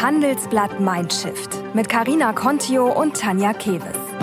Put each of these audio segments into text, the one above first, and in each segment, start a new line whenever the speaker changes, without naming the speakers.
Handelsblatt Mindshift mit Carina Contio und Tanja Kewes.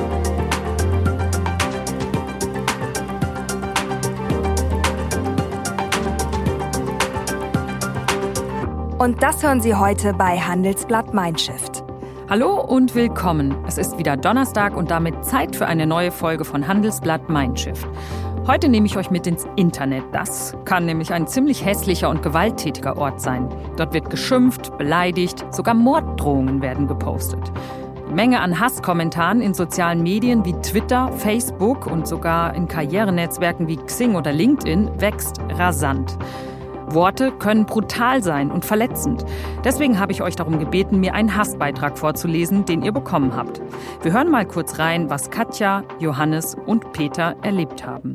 Und das hören Sie heute bei Handelsblatt Mindshift.
Hallo und willkommen. Es ist wieder Donnerstag und damit Zeit für eine neue Folge von Handelsblatt Mindshift. Heute nehme ich euch mit ins Internet. Das kann nämlich ein ziemlich hässlicher und gewalttätiger Ort sein. Dort wird geschimpft, beleidigt, sogar Morddrohungen werden gepostet. Die Menge an Hasskommentaren in sozialen Medien wie Twitter, Facebook und sogar in Karrierenetzwerken wie Xing oder LinkedIn wächst rasant. Worte können brutal sein und verletzend. Deswegen habe ich euch darum gebeten, mir einen Hassbeitrag vorzulesen, den ihr bekommen habt. Wir hören mal kurz rein, was Katja, Johannes und Peter erlebt haben.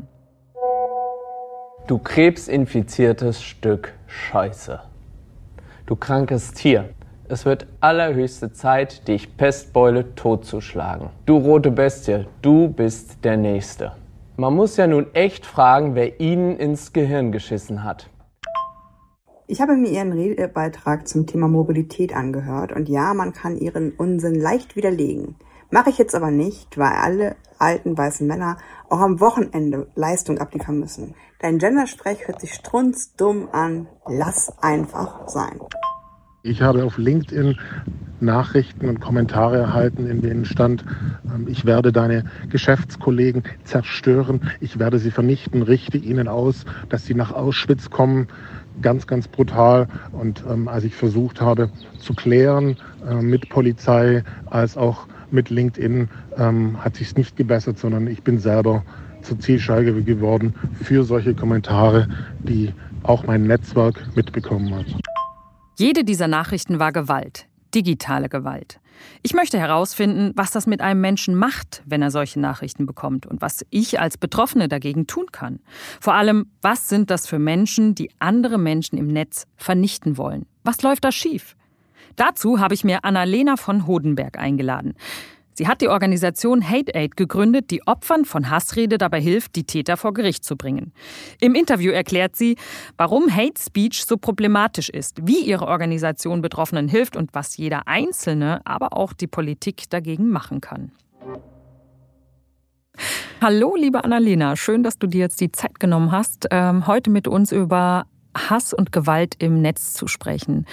Du krebsinfiziertes Stück Scheiße. Du krankes Tier. Es wird allerhöchste Zeit, dich Pestbeule totzuschlagen. Du rote Bestie, du bist der Nächste. Man muss ja nun echt fragen, wer Ihnen ins Gehirn geschissen hat.
Ich habe mir Ihren Redebeitrag zum Thema Mobilität angehört und ja, man kann Ihren Unsinn leicht widerlegen. Mache ich jetzt aber nicht, weil alle alten weißen Männer auch am Wochenende Leistung abliefern müssen. Dein Gendersprech hört sich strunzdumm an. Lass einfach sein.
Ich habe auf LinkedIn Nachrichten und Kommentare erhalten, in denen stand, ich werde deine Geschäftskollegen zerstören, ich werde sie vernichten, richte ihnen aus, dass sie nach Auschwitz kommen. Ganz, ganz brutal. Und als ich versucht habe zu klären mit Polizei als auch mit LinkedIn, hat sich es nicht gebessert, sondern ich bin selber zur Zielscheibe geworden für solche Kommentare, die auch mein Netzwerk mitbekommen hat.
Jede dieser Nachrichten war Gewalt, digitale Gewalt. Ich möchte herausfinden, was das mit einem Menschen macht, wenn er solche Nachrichten bekommt und was ich als Betroffene dagegen tun kann. Vor allem, was sind das für Menschen, die andere Menschen im Netz vernichten wollen? Was läuft da schief? Dazu habe ich mir Annalena von Hodenberg eingeladen. Sie hat die Organisation Hate Aid gegründet, die Opfern von Hassrede dabei hilft, die Täter vor Gericht zu bringen. Im Interview erklärt sie, warum Hate Speech so problematisch ist, wie ihre Organisation Betroffenen hilft und was jeder Einzelne, aber auch die Politik dagegen machen kann. Hallo, liebe Annalena, schön, dass du dir jetzt die Zeit genommen hast, heute mit uns über Hass und Gewalt im Netz zu sprechen.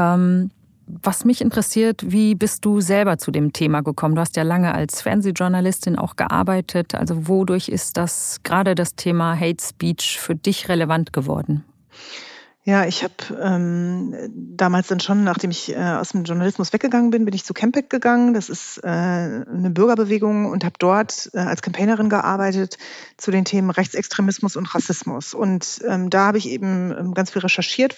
Was mich interessiert, wie bist du selber zu dem Thema gekommen? Du hast ja lange als Fernsehjournalistin auch gearbeitet. Also wodurch ist gerade das Thema Hate Speech für dich relevant geworden?
Ja, ich habe damals dann schon, nachdem ich aus dem Journalismus weggegangen bin, bin ich zu Campact gegangen. Das ist eine Bürgerbewegung und habe dort als Campaignerin gearbeitet zu den Themen Rechtsextremismus und Rassismus. Und da habe ich eben ganz viel recherchiert,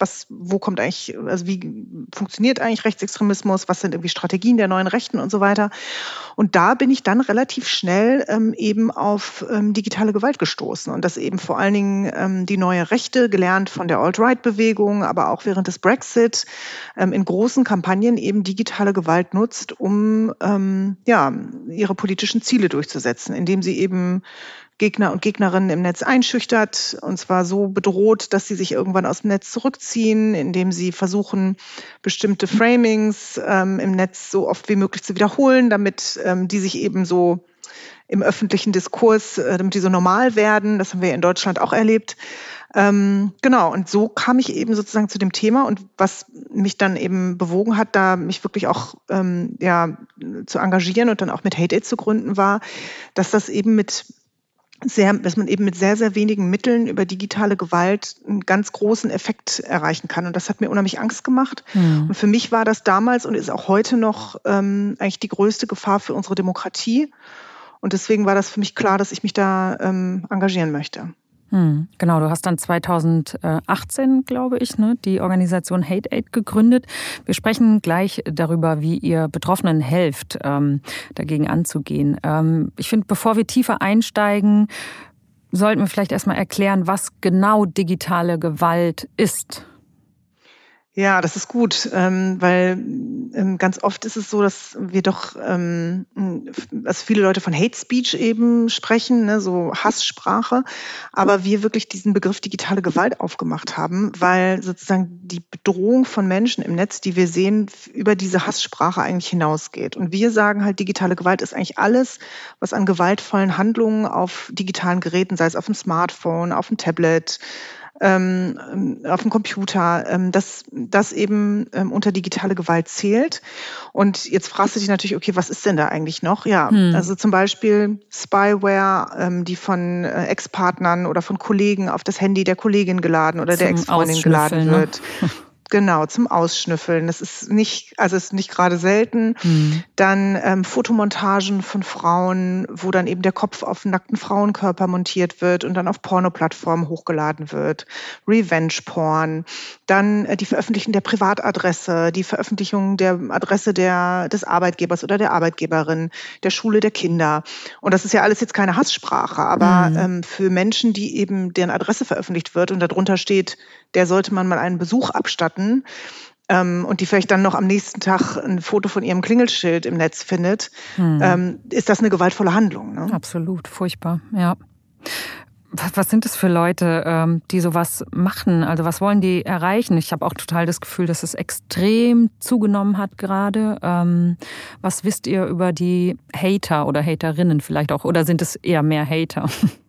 wie funktioniert eigentlich Rechtsextremismus, was sind irgendwie Strategien der neuen Rechten und so weiter. Und da bin ich dann relativ schnell eben auf digitale Gewalt gestoßen und das eben vor allen Dingen die neue Rechte, gelernt von der Alt-Right-Bewegung, aber auch während des Brexit in großen Kampagnen eben digitale Gewalt nutzt, um ihre politischen Ziele durchzusetzen, indem sie eben Gegner und Gegnerinnen im Netz einschüchtert, und zwar so bedroht, dass sie sich irgendwann aus dem Netz zurückziehen, indem sie versuchen, bestimmte Framings im Netz so oft wie möglich zu wiederholen, damit die sich eben so im öffentlichen Diskurs, damit die so normal werden. Das haben wir in Deutschland auch erlebt. Genau, und so kam ich eben sozusagen zu dem Thema, und was mich dann eben bewogen hat, da mich wirklich auch zu engagieren und dann auch mit Hate Aid zu gründen, war, dass man eben mit sehr, sehr wenigen Mitteln über digitale Gewalt einen ganz großen Effekt erreichen kann. Und das hat mir unheimlich Angst gemacht. Mhm. Und für mich war das damals und ist auch heute noch eigentlich die größte Gefahr für unsere Demokratie. Und deswegen war das für mich klar, dass ich mich da engagieren möchte.
Genau, du hast dann 2018, glaube ich, die Organisation Hate Aid gegründet. Wir sprechen gleich darüber, wie ihr Betroffenen helft, dagegen anzugehen. Ich finde, bevor wir tiefer einsteigen, sollten wir vielleicht erstmal erklären, was genau digitale Gewalt ist.
Ja, das ist gut, weil ganz oft ist es so, dass wir doch, also viele Leute von Hate Speech eben sprechen, ne, so Hasssprache, aber wir wirklich diesen Begriff digitale Gewalt aufgemacht haben, weil sozusagen die Bedrohung von Menschen im Netz, die wir sehen, über diese Hasssprache eigentlich hinausgeht. Und wir sagen halt, digitale Gewalt ist eigentlich alles, was an gewaltvollen Handlungen auf digitalen Geräten, sei es auf dem Smartphone, auf dem Tablet, auf dem Computer, das eben unter digitale Gewalt zählt. Und jetzt fragst du dich natürlich, okay, was ist denn da eigentlich noch? Ja, also zum Beispiel Spyware, die von Ex-Partnern oder von Kollegen auf das Handy der Kollegin geladen oder der Ex-Freundin geladen wird. Ne? Genau, zum Ausschnüffeln. Das ist nicht gerade selten. Dann Fotomontagen von Frauen, wo dann eben der Kopf auf einen nackten Frauenkörper montiert wird und dann auf Pornoplattformen hochgeladen wird. Revenge-Porn. Dann die Veröffentlichung der Privatadresse, die Veröffentlichung der Adresse des Arbeitgebers oder der Arbeitgeberin, der Schule der Kinder. Und das ist ja alles jetzt keine Hasssprache, aber für Menschen, die eben deren Adresse veröffentlicht wird und darunter steht, der sollte man mal einen Besuch abstatten und die vielleicht dann noch am nächsten Tag ein Foto von ihrem Klingelschild im Netz findet, ist das eine gewaltvolle Handlung. Ne?
Absolut, furchtbar, ja. Was sind das für Leute, die sowas machen? Also was wollen die erreichen? Ich habe auch total das Gefühl, dass es extrem zugenommen hat gerade. Was wisst ihr über die Hater oder Haterinnen vielleicht auch? Oder sind es eher mehr Hater?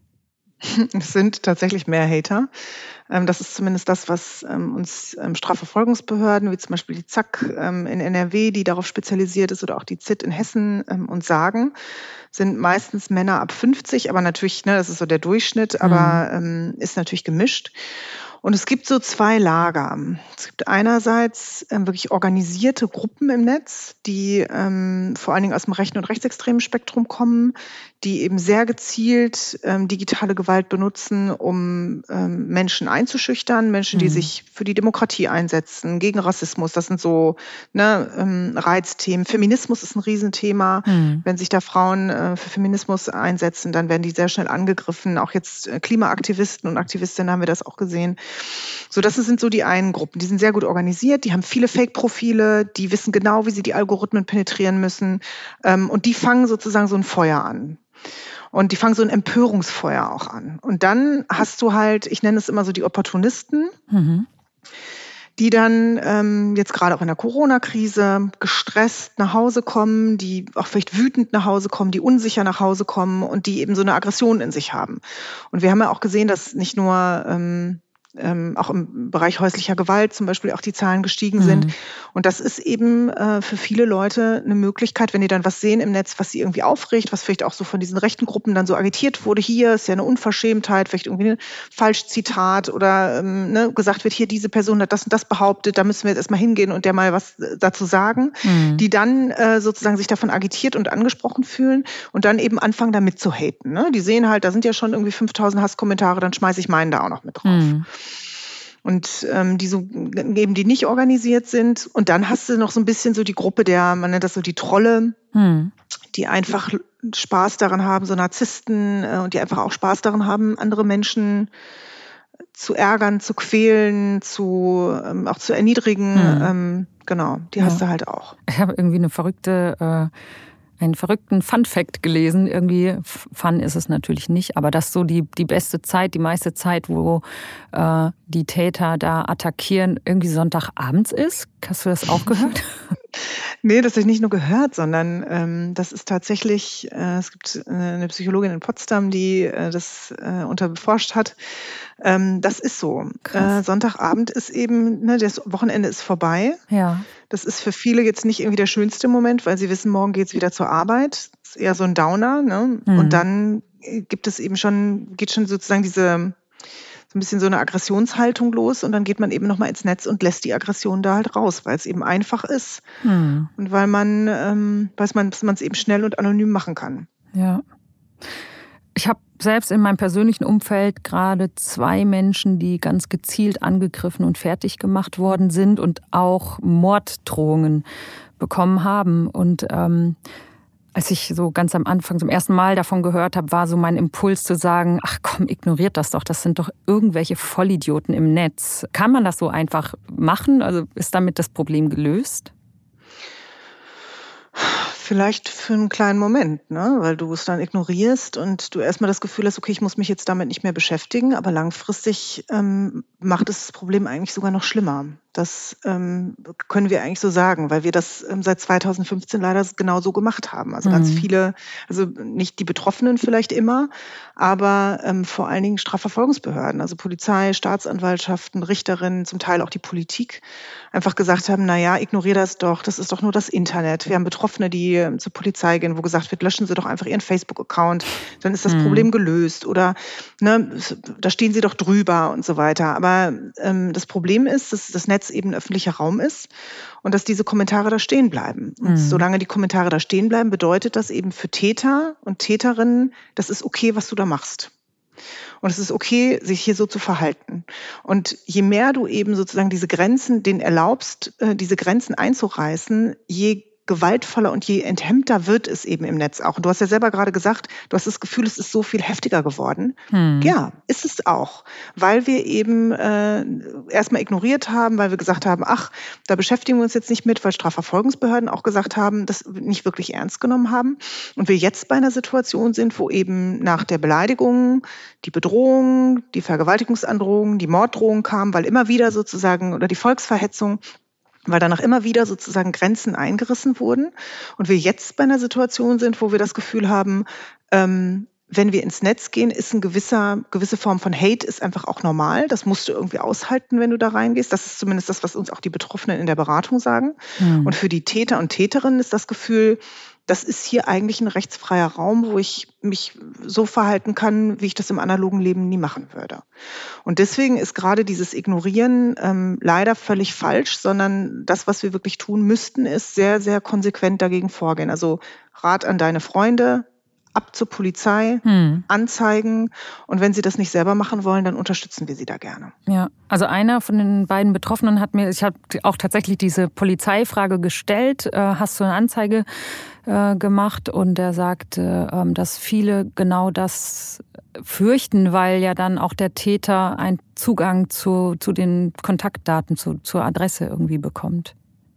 Es sind tatsächlich mehr Hater. Das ist zumindest das, was uns Strafverfolgungsbehörden, wie zum Beispiel die ZAK in NRW, die darauf spezialisiert ist, oder auch die ZIT in Hessen uns sagen, sind meistens Männer ab 50, aber natürlich, ne, das ist so der Durchschnitt, aber ist natürlich gemischt. Und es gibt so zwei Lager. Es gibt einerseits wirklich organisierte Gruppen im Netz, die vor allen Dingen aus dem rechten und rechtsextremen Spektrum kommen, die eben sehr gezielt digitale Gewalt benutzen, um Menschen einzuschüchtern, Menschen, die sich für die Demokratie einsetzen, gegen Rassismus. Das sind so Reizthemen. Feminismus ist ein Riesenthema. Wenn sich da Frauen für Feminismus einsetzen, dann werden die sehr schnell angegriffen. Auch jetzt Klimaaktivisten und Aktivistinnen haben wir das auch gesehen. So, das sind so die einen Gruppen. Die sind sehr gut organisiert, die haben viele Fake-Profile, die wissen genau, wie sie die Algorithmen penetrieren müssen. Und die fangen sozusagen so ein Feuer an. Und die fangen so ein Empörungsfeuer auch an. Und dann hast du halt, ich nenne es immer so die Opportunisten, die dann jetzt gerade auch in der Corona-Krise gestresst nach Hause kommen, die auch vielleicht wütend nach Hause kommen, die unsicher nach Hause kommen und die eben so eine Aggression in sich haben. Und wir haben ja auch gesehen, dass nicht nur auch im Bereich häuslicher Gewalt zum Beispiel auch die Zahlen gestiegen sind. Und das ist eben für viele Leute eine Möglichkeit, wenn die dann was sehen im Netz, was sie irgendwie aufregt, was vielleicht auch so von diesen rechten Gruppen dann so agitiert wurde, hier ist ja eine Unverschämtheit, vielleicht irgendwie ein Falschzitat oder gesagt wird, hier diese Person hat das und das behauptet, da müssen wir jetzt erstmal hingehen und der mal was dazu sagen, die dann sozusagen sich davon agitiert und angesprochen fühlen und dann eben anfangen damit zu haten. Ne? Die sehen halt, da sind ja schon irgendwie 5000 Hasskommentare, dann schmeiße ich meinen da auch noch mit drauf. Und die so eben die nicht organisiert sind. Und dann hast du noch so ein bisschen so die Gruppe man nennt das so die Trolle, die einfach Spaß daran haben, so Narzissten, und die einfach auch Spaß daran haben, andere Menschen zu ärgern, zu quälen, auch zu erniedrigen. Genau, die hast du halt auch.
Ich habe irgendwie einen verrückten Fun-Fact gelesen. Irgendwie, Fun ist es natürlich nicht, aber dass so die beste Zeit, die meiste Zeit, wo die Täter da attackieren, irgendwie Sonntagabends ist. Hast du das auch gehört?
Nee, das habe ich nicht nur gehört, sondern das ist tatsächlich, es gibt eine Psychologin in Potsdam, die das unterbeforscht hat. Das ist so. Sonntagabend ist eben, das Wochenende ist vorbei.
Ja.
Das ist für viele jetzt nicht irgendwie der schönste Moment, weil sie wissen, morgen geht's wieder zur Arbeit. Das ist eher so ein Downer. Ne? Und dann geht schon sozusagen so ein bisschen so eine Aggressionshaltung los und dann geht man eben nochmal ins Netz und lässt die Aggression da halt raus, weil es eben einfach ist und weil man es eben schnell und anonym machen kann.
Ja. Ich habe selbst in meinem persönlichen Umfeld gerade 2 Menschen, die ganz gezielt angegriffen und fertig gemacht worden sind und auch Morddrohungen bekommen haben. Und als ich so ganz am Anfang zum ersten Mal davon gehört habe, war so mein Impuls zu sagen, ach komm, ignoriert das doch, das sind doch irgendwelche Vollidioten im Netz. Kann man das so einfach machen? Also ist damit das Problem gelöst?
Vielleicht für einen kleinen Moment, ne? Weil du es dann ignorierst und du erstmal das Gefühl hast, okay, ich muss mich jetzt damit nicht mehr beschäftigen, aber langfristig macht es das Problem eigentlich sogar noch schlimmer. Das können wir eigentlich so sagen, weil wir das seit 2015 leider genau so gemacht haben. Also ganz viele, also nicht die Betroffenen vielleicht immer, aber vor allen Dingen Strafverfolgungsbehörden, also Polizei, Staatsanwaltschaften, Richterinnen, zum Teil auch die Politik, einfach gesagt haben, naja, ignorier das doch, das ist doch nur das Internet. Wir haben Betroffene, die zur Polizei gehen, wo gesagt wird, löschen Sie doch einfach Ihren Facebook-Account, dann ist das Problem gelöst oder ne, da stehen Sie doch drüber und so weiter. Aber das Problem ist, dass das Netz eben ein öffentlicher Raum ist und dass diese Kommentare da stehen bleiben. Und solange die Kommentare da stehen bleiben, bedeutet das eben für Täter und Täterinnen, das ist okay, was du da machst. Und es ist okay, sich hier so zu verhalten. Und je mehr du eben sozusagen diese Grenzen denen erlaubst, diese Grenzen einzureißen, je gewaltvoller und je enthemmter wird es eben im Netz auch. Und du hast ja selber gerade gesagt, du hast das Gefühl, es ist so viel heftiger geworden. Ja, ist es auch. Weil wir eben erstmal ignoriert haben, weil wir gesagt haben, ach, da beschäftigen wir uns jetzt nicht mit, weil Strafverfolgungsbehörden auch gesagt haben, das nicht wirklich ernst genommen haben. Und wir jetzt bei einer Situation sind, wo eben nach der Beleidigung die Bedrohung, die Vergewaltigungsandrohung, die Morddrohung kam, weil immer wieder sozusagen, oder die Volksverhetzung, weil danach immer wieder sozusagen Grenzen eingerissen wurden und wir jetzt bei einer Situation sind, wo wir das Gefühl haben, wenn wir ins Netz gehen, ist gewisse Form von Hate ist einfach auch normal. Das musst du irgendwie aushalten, wenn du da reingehst. Das ist zumindest das, was uns auch die Betroffenen in der Beratung sagen. Und für die Täter und Täterinnen ist das Gefühl, das ist hier eigentlich ein rechtsfreier Raum, wo ich mich so verhalten kann, wie ich das im analogen Leben nie machen würde. Und deswegen ist gerade dieses Ignorieren leider völlig falsch, sondern das, was wir wirklich tun müssten, ist sehr, sehr konsequent dagegen vorgehen. Also Rat an deine Freunde, ab zur Polizei, anzeigen. Und wenn sie das nicht selber machen wollen, dann unterstützen wir sie da gerne.
Ja, also einer von den beiden Betroffenen hat mir, ich habe auch tatsächlich diese Polizeifrage gestellt, hast du eine Anzeige gemacht? Und er sagte, dass viele genau das fürchten, weil ja dann auch der Täter einen Zugang zu den Kontaktdaten, zur Adresse irgendwie bekommt.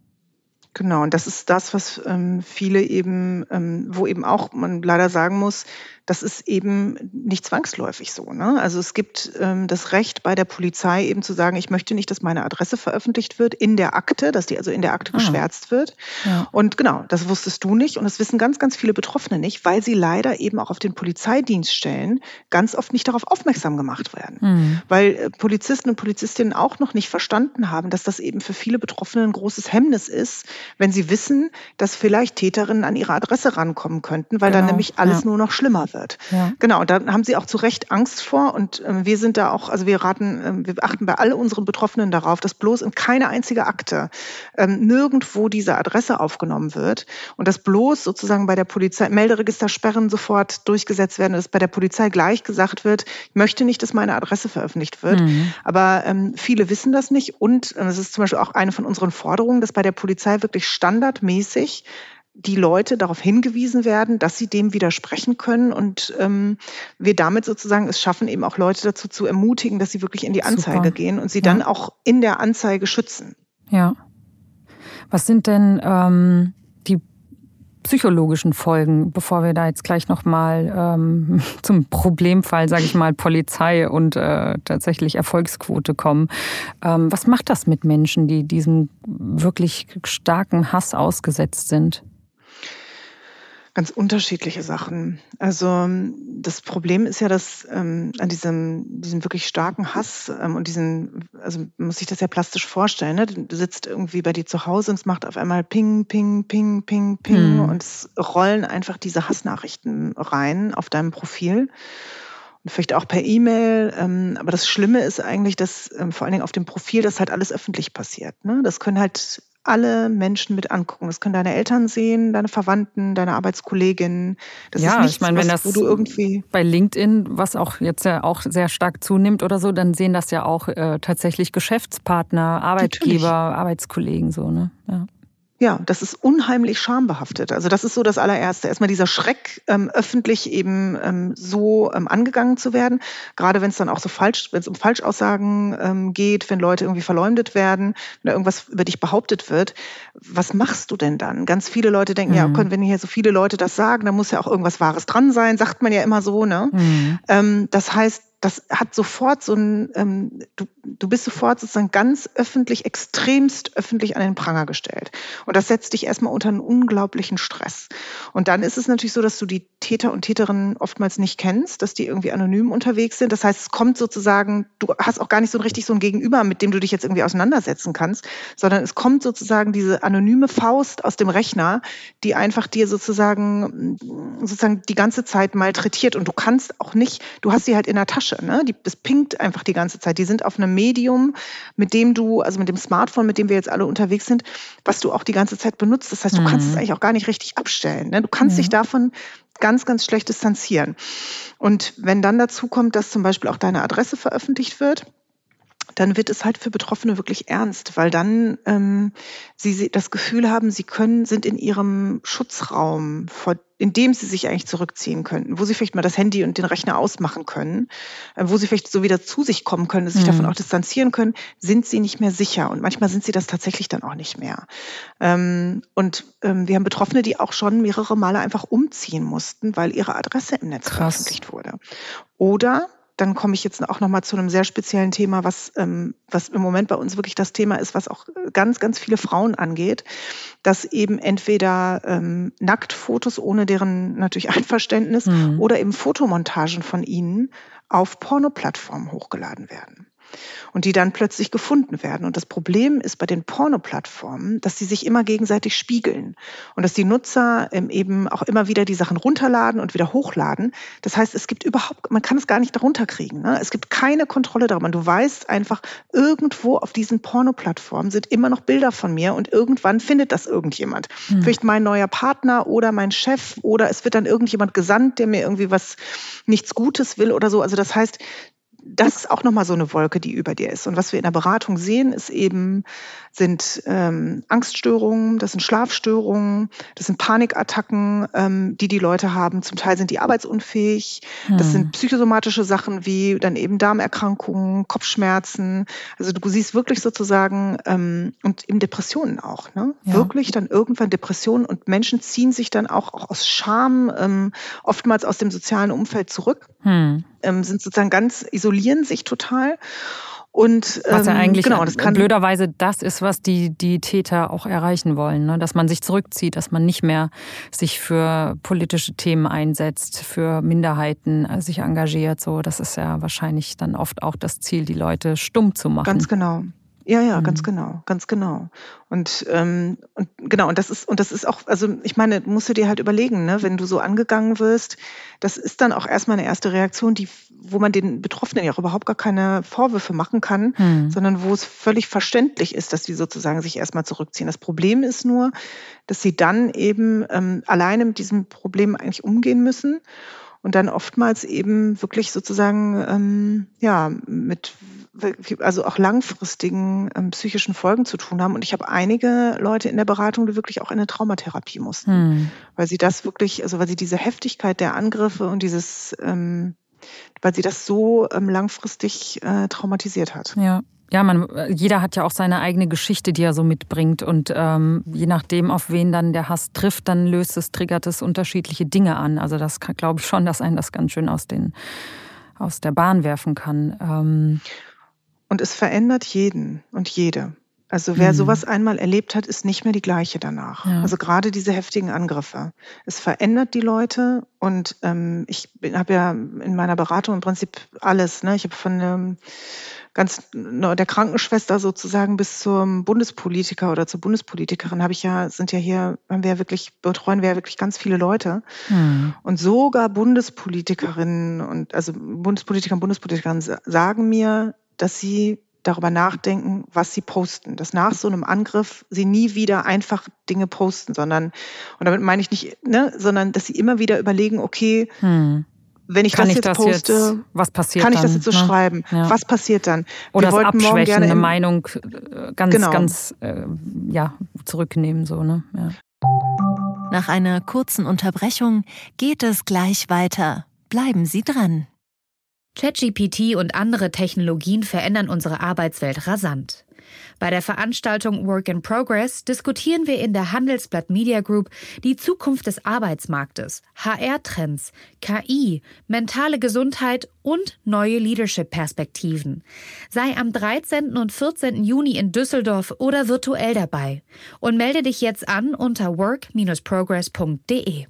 Genau, und das ist das, was viele eben, wo eben auch man leider sagen muss, das ist eben nicht zwangsläufig so, ne? Also es gibt das Recht bei der Polizei eben zu sagen, ich möchte nicht, dass meine Adresse veröffentlicht wird in der Akte, dass die also in der Akte geschwärzt wird. Ja. Und genau, das wusstest du nicht und das wissen ganz, ganz viele Betroffene nicht, weil sie leider eben auch auf den Polizeidienststellen ganz oft nicht darauf aufmerksam gemacht werden. Weil Polizisten und Polizistinnen auch noch nicht verstanden haben, dass das eben für viele Betroffene ein großes Hemmnis ist, wenn sie wissen, dass vielleicht Täterinnen an ihre Adresse rankommen könnten, weil dann nämlich alles nur noch schlimmer wird. Ja. Genau, da haben sie auch zu Recht Angst vor und wir sind da auch, also wir achten bei all unseren Betroffenen darauf, dass bloß in keine einzige Akte nirgendwo diese Adresse aufgenommen wird und dass bloß sozusagen bei der Polizei Melderegistersperren sofort durchgesetzt werden, dass bei der Polizei gleich gesagt wird, ich möchte nicht, dass meine Adresse veröffentlicht wird. Aber viele wissen das nicht und das ist zum Beispiel auch eine von unseren Forderungen, dass bei der Polizei wirklich standardmäßig die Leute darauf hingewiesen werden, dass sie dem widersprechen können und wir damit sozusagen es schaffen, eben auch Leute dazu zu ermutigen, dass sie wirklich in die Anzeige gehen und sie dann auch in der Anzeige schützen.
Ja. Was sind denn die psychologischen Folgen, bevor wir da jetzt gleich nochmal zum Problemfall, sage ich mal, Polizei und tatsächlich Erfolgsquote kommen? Was macht das mit Menschen, die diesem wirklich starken Hass ausgesetzt sind?
Ganz unterschiedliche Sachen. Also das Problem ist ja, dass an diesem wirklich starken Hass und also man muss sich das ja plastisch vorstellen, ne? Du sitzt irgendwie bei dir zu Hause und es macht auf einmal Ping, Ping, Ping, Ping, Ping und es rollen einfach diese Hassnachrichten rein auf deinem Profil. Und vielleicht auch per E-Mail. Aber das Schlimme ist eigentlich, dass vor allen Dingen auf dem Profil das halt alles öffentlich passiert. Ne? Das können halt alle Menschen mit angucken. Das können deine Eltern sehen, deine Verwandten, deine Arbeitskolleginnen. Das ist nichts,
ich meine, wenn das
wo du irgendwie
bei LinkedIn, was auch jetzt ja auch sehr stark zunimmt oder so, dann sehen das ja auch tatsächlich Geschäftspartner, Arbeitgeber, Natürlich. Arbeitskollegen so, ne? Ja.
Ja, das ist unheimlich schambehaftet. Also das ist so das allererste. Erstmal dieser Schreck, öffentlich eben so angegangen zu werden. Gerade wenn es dann auch so wenn es um Falschaussagen geht, wenn Leute irgendwie verleumdet werden, wenn da irgendwas über dich behauptet wird. Was machst du denn dann? Ganz viele Leute denken, ja, wenn hier so viele Leute das sagen, dann muss ja auch irgendwas Wahres dran sein, sagt man ja immer so, ne? Das heißt, das hat sofort so ein, du bist sofort sozusagen ganz öffentlich, extremst öffentlich an den Pranger gestellt. Und das setzt dich erstmal unter einen unglaublichen Stress. Und dann ist es natürlich so, dass du die Täter und Täterinnen oftmals nicht kennst, dass die irgendwie anonym unterwegs sind. Das heißt, es kommt sozusagen, du hast auch gar nicht so richtig so ein Gegenüber, mit dem du dich jetzt irgendwie auseinandersetzen kannst, sondern es kommt sozusagen diese anonyme Faust aus dem Rechner, die einfach dir sozusagen die ganze Zeit malträtiert. Und du kannst auch nicht, du hast sie halt in der Tasche. Ne? Das pinkt einfach die ganze Zeit. Die sind auf einem Medium, mit dem du, also mit dem Smartphone, mit dem wir jetzt alle unterwegs sind, was du auch die ganze Zeit benutzt. Das heißt, du kannst es eigentlich auch gar nicht richtig abstellen. Ne? Du kannst dich davon ganz, ganz schlecht distanzieren. Und wenn dann dazu kommt, dass zum Beispiel auch deine Adresse veröffentlicht wird, dann wird es halt für Betroffene wirklich ernst, weil dann sie das Gefühl haben, sind in ihrem Schutzraum, in dem sie sich eigentlich zurückziehen könnten, wo sie vielleicht mal das Handy und den Rechner ausmachen können, wo sie vielleicht so wieder zu sich kommen können, sich davon auch distanzieren können, sind sie nicht mehr sicher. Und manchmal sind sie das tatsächlich dann auch nicht mehr. Wir haben Betroffene, die auch schon mehrere Male einfach umziehen mussten, weil ihre Adresse im Netz veröffentlicht wurde. Oder dann komme ich jetzt auch nochmal zu einem sehr speziellen Thema, was im Moment bei uns wirklich das Thema ist, was auch ganz, ganz viele Frauen angeht, dass eben entweder Nacktfotos ohne deren natürlich Einverständnis oder eben Fotomontagen von ihnen auf Pornoplattformen hochgeladen werden. Und die dann plötzlich gefunden werden. Und das Problem ist bei den Pornoplattformen, dass sie sich immer gegenseitig spiegeln und dass die Nutzer eben auch immer wieder die Sachen runterladen und wieder hochladen. Das heißt, man kann es gar nicht darunter kriegen. Ne? Es gibt keine Kontrolle darüber. Du weißt einfach, irgendwo auf diesen Pornoplattformen sind immer noch Bilder von mir und irgendwann findet das irgendjemand. Vielleicht mein neuer Partner oder mein Chef oder es wird dann irgendjemand gesandt, der mir irgendwie nichts Gutes will oder so. Also das heißt, das ist auch nochmal so eine Wolke, die über dir ist. Und was wir in der Beratung sehen, sind Angststörungen, das sind Schlafstörungen, das sind Panikattacken, die Leute haben. Zum Teil sind die arbeitsunfähig. Das sind psychosomatische Sachen wie dann eben Darmerkrankungen, Kopfschmerzen. Also du siehst wirklich sozusagen, und eben Depressionen auch. Ne? Ja. Wirklich dann irgendwann Depressionen und Menschen ziehen sich dann auch aus Scham, oftmals aus dem sozialen Umfeld zurück. Sind sozusagen isolieren sich total. Und
was ja eigentlich blöderweise das ist, was die Täter auch erreichen wollen, ne? Dass man sich zurückzieht, dass man nicht mehr sich für politische Themen einsetzt, für Minderheiten sich engagiert. So, das ist ja wahrscheinlich dann oft auch das Ziel, die Leute stumm zu machen.
Ganz genau. Ja, ganz genau. Und das ist auch, also ich meine, musst du dir halt überlegen, ne, wenn du so angegangen wirst, das ist dann auch erstmal eine erste Reaktion, wo man den Betroffenen ja auch überhaupt gar keine Vorwürfe machen kann, sondern wo es völlig verständlich ist, dass die sozusagen sich erstmal zurückziehen. Das Problem ist nur, dass sie dann eben alleine mit diesem Problem eigentlich umgehen müssen und dann oftmals eben wirklich sozusagen also auch langfristigen psychischen Folgen zu tun haben. Und ich habe einige Leute in der Beratung, die wirklich auch in eine Traumatherapie mussten, weil sie das wirklich, also weil sie diese Heftigkeit der Angriffe und weil sie das so langfristig traumatisiert hat.
Ja. Ja, jeder hat ja auch seine eigene Geschichte, die er so mitbringt. Und je nachdem, auf wen dann der Hass trifft, dann triggert es unterschiedliche Dinge an. Also das glaube ich schon, dass einen das ganz schön aus der Bahn werfen kann.
Und es verändert jeden und jede. Also wer sowas einmal erlebt hat, ist nicht mehr die gleiche danach. Ja. Also gerade diese heftigen Angriffe. Es verändert die Leute und ich habe ja in meiner Beratung im Prinzip alles. Ne? Ich habe von der Krankenschwester sozusagen bis zum Bundespolitiker oder zur Bundespolitikerin betreuen wir ja wirklich ganz viele Leute. Und sogar Bundespolitikerinnen und also Bundespolitiker und Bundespolitikerinnen sagen mir, dass sie darüber nachdenken, was sie posten. Dass nach so einem Angriff sie nie wieder einfach Dinge posten, und damit meine ich nicht, ne, sondern dass sie immer wieder überlegen, okay, wenn ich
kann
das
ich
jetzt
das
poste,
jetzt, was passiert
kann ich
dann,
das jetzt so schreiben?
Ja.
Was passiert dann?
Oder
Wir
das
wollten morgen
Abschwächen,
gerne
eine Meinung ganz zurücknehmen, so, ne? Ja.
Nach einer kurzen Unterbrechung geht es gleich weiter. Bleiben Sie dran.
ChatGPT und andere Technologien verändern unsere Arbeitswelt rasant. Bei der Veranstaltung Work in Progress diskutieren wir in der Handelsblatt Media Group die Zukunft des Arbeitsmarktes, HR-Trends, KI, mentale Gesundheit und neue Leadership-Perspektiven. Sei am 13. und 14. Juni in Düsseldorf oder virtuell dabei und melde dich jetzt an unter work-progress.de.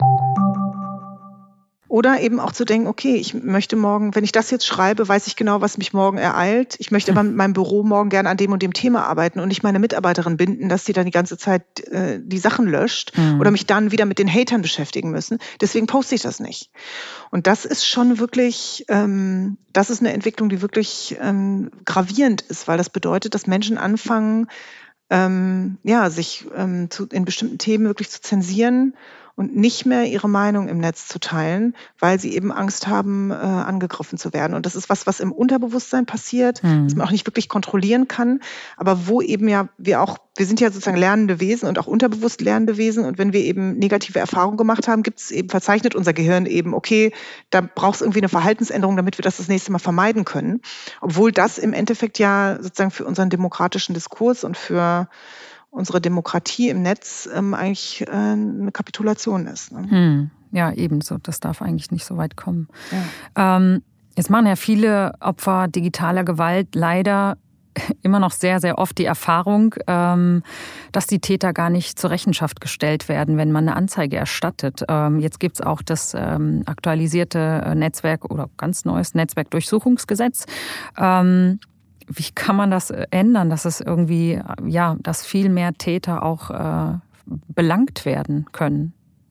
Oder eben auch zu denken, okay, ich möchte morgen, wenn ich das jetzt schreibe, weiß ich genau, was mich morgen ereilt. Ich möchte aber mit meinem Büro morgen gerne an dem und dem Thema arbeiten und nicht meine Mitarbeiterin binden, dass sie dann die ganze Zeit die Sachen löscht oder mich dann wieder mit den Hatern beschäftigen müssen. Deswegen poste ich das nicht. Und das ist schon wirklich, das ist eine Entwicklung, die wirklich gravierend ist, weil das bedeutet, dass Menschen anfangen, sich in bestimmten Themen wirklich zu zensieren und nicht mehr ihre Meinung im Netz zu teilen, weil sie eben Angst haben, angegriffen zu werden. Und das ist was im Unterbewusstsein passiert, das man auch nicht wirklich kontrollieren kann, aber wo eben wir sind ja sozusagen lernende Wesen und auch unterbewusst lernende Wesen. Und wenn wir eben negative Erfahrungen gemacht haben, verzeichnet unser Gehirn eben, okay, da braucht es irgendwie eine Verhaltensänderung, damit wir das nächste Mal vermeiden können. Obwohl das im Endeffekt ja sozusagen für unseren demokratischen Diskurs und für unsere Demokratie im Netz eigentlich eine Kapitulation ist. Ne?
Ja, ebenso. Das darf eigentlich nicht so weit kommen. Ja. Jetzt machen ja viele Opfer digitaler Gewalt leider immer noch sehr, sehr oft die Erfahrung, dass die Täter gar nicht zur Rechenschaft gestellt werden, wenn man eine Anzeige erstattet. Jetzt gibt es auch das aktualisierte Netzwerk oder ganz neues Netzwerkdurchsuchungsgesetz. Wie kann man das ändern, dass es irgendwie, dass viel mehr Täter auch belangt werden können?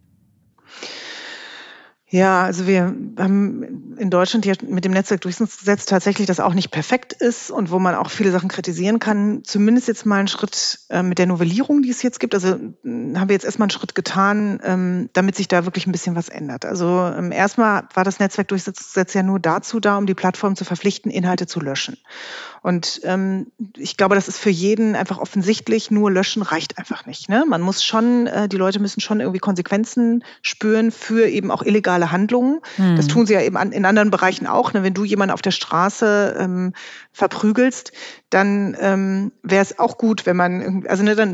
Ja, also wir haben in Deutschland ja mit dem Netzwerkdurchsuchungsgesetz tatsächlich, das auch nicht perfekt ist und wo man auch viele Sachen kritisieren kann, zumindest jetzt mal einen Schritt mit der Novellierung, die es jetzt gibt. Also haben wir jetzt erstmal einen Schritt getan, damit sich da wirklich ein bisschen was ändert. Also erstmal war das Netzwerkdurchsuchungsgesetz ja nur dazu da, um die Plattform zu verpflichten, Inhalte zu löschen. Und ich glaube, das ist für jeden einfach offensichtlich, nur löschen reicht einfach nicht. Ne? Man muss schon, die Leute müssen schon irgendwie Konsequenzen spüren für eben auch illegale Handlungen. Das tun sie ja eben in anderen Bereichen auch. Ne? Wenn du jemanden auf der Straße verprügelst, dann wäre es auch gut, wenn man,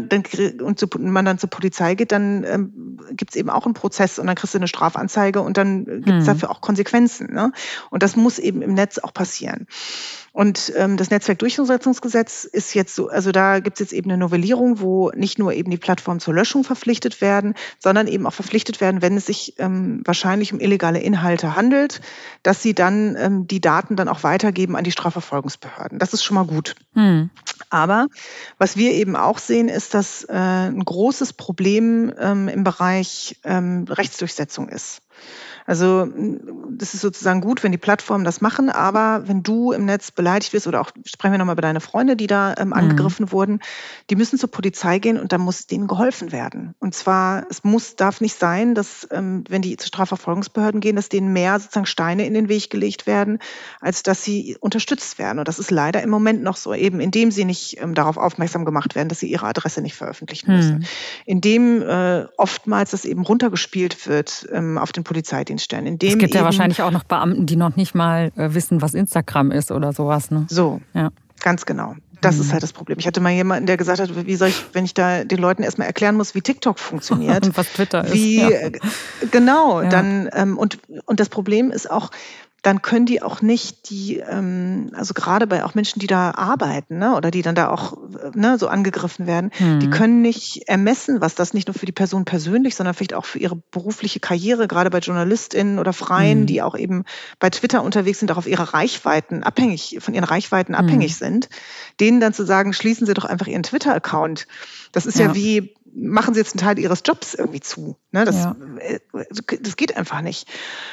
man dann zur Polizei geht, dann gibt es eben auch einen Prozess und dann kriegst du eine Strafanzeige und dann gibt es dafür auch Konsequenzen. Ne? Und das muss eben im Netz auch passieren. Und das Netzwerkdurchsetzungsgesetz ist jetzt so, also da gibt es jetzt eben eine Novellierung, wo nicht nur eben die Plattformen zur Löschung verpflichtet werden, sondern eben auch verpflichtet werden, wenn es sich wahrscheinlich um illegale Inhalte handelt, dass sie dann die Daten dann auch weitergeben an die Strafverfolgungsbehörden. Das ist schon mal gut. Aber was wir eben auch sehen, ist, dass ein großes Problem im Bereich Rechtsdurchsetzung ist. Also das ist sozusagen gut, wenn die Plattformen das machen, aber wenn du im Netz beleidigt wirst oder auch, sprechen wir nochmal über deine Freunde, die da angegriffen wurden, die müssen zur Polizei gehen und da muss denen geholfen werden. Und zwar, darf nicht sein, dass wenn die zu Strafverfolgungsbehörden gehen, dass denen mehr sozusagen Steine in den Weg gelegt werden, als dass sie unterstützt werden. Und das ist leider im Moment noch so, eben indem sie nicht darauf aufmerksam gemacht werden, dass sie ihre Adresse nicht veröffentlichen müssen. Indem oftmals das eben runtergespielt wird auf den Polizeidienst.
Es gibt ja wahrscheinlich auch noch Beamten, die noch nicht mal wissen, was Instagram ist oder sowas. Ne?
So, ja. Ganz genau. Das ist halt das Problem. Ich hatte mal jemanden, der gesagt hat, wie soll ich, wenn ich da den Leuten erstmal erklären muss, wie TikTok funktioniert.
Und was Twitter ist.
Genau, ja. Dann, und das Problem ist auch, dann können die auch nicht also gerade bei auch Menschen, die da arbeiten, ne, oder die dann da auch so angegriffen werden, die können nicht ermessen, was das nicht nur für die Person persönlich, sondern vielleicht auch für ihre berufliche Karriere, gerade bei JournalistInnen oder Freien, die auch eben bei Twitter unterwegs sind, auch von ihren Reichweiten abhängig sind, denen dann zu sagen, schließen Sie doch einfach Ihren Twitter-Account. Das ist ja wie, machen Sie jetzt einen Teil Ihres Jobs irgendwie zu. Ne? Das geht einfach nicht.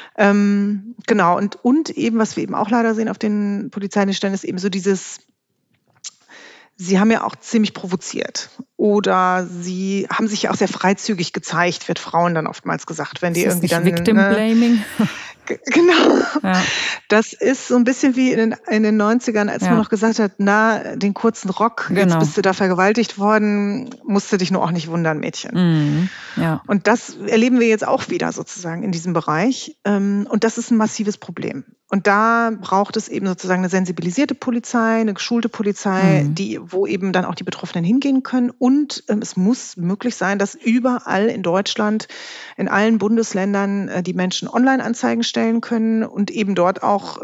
Genau, und eben, was wir eben auch leider sehen auf den Polizeidienststellen, ist eben so dieses, Sie haben ja auch ziemlich provoziert. Oder sie haben sich ja auch sehr freizügig gezeigt, wird Frauen dann oftmals gesagt, wenn die
ist
irgendwie
nicht
dann
Victim-Blaming.
Genau.
Ja.
Das ist so ein bisschen wie in den 90ern, als man noch gesagt hat, den kurzen Rock, jetzt bist du da vergewaltigt worden, musst du dich nur auch nicht wundern, Mädchen.
Mhm. Ja.
Und das erleben wir jetzt auch wieder sozusagen in diesem Bereich. Und das ist ein massives Problem. Und da braucht es eben sozusagen eine sensibilisierte Polizei, eine geschulte Polizei, wo eben dann auch die Betroffenen hingehen können. Und es muss möglich sein, dass überall in Deutschland, in allen Bundesländern die Menschen Online-Anzeigen stellen können und eben dort auch,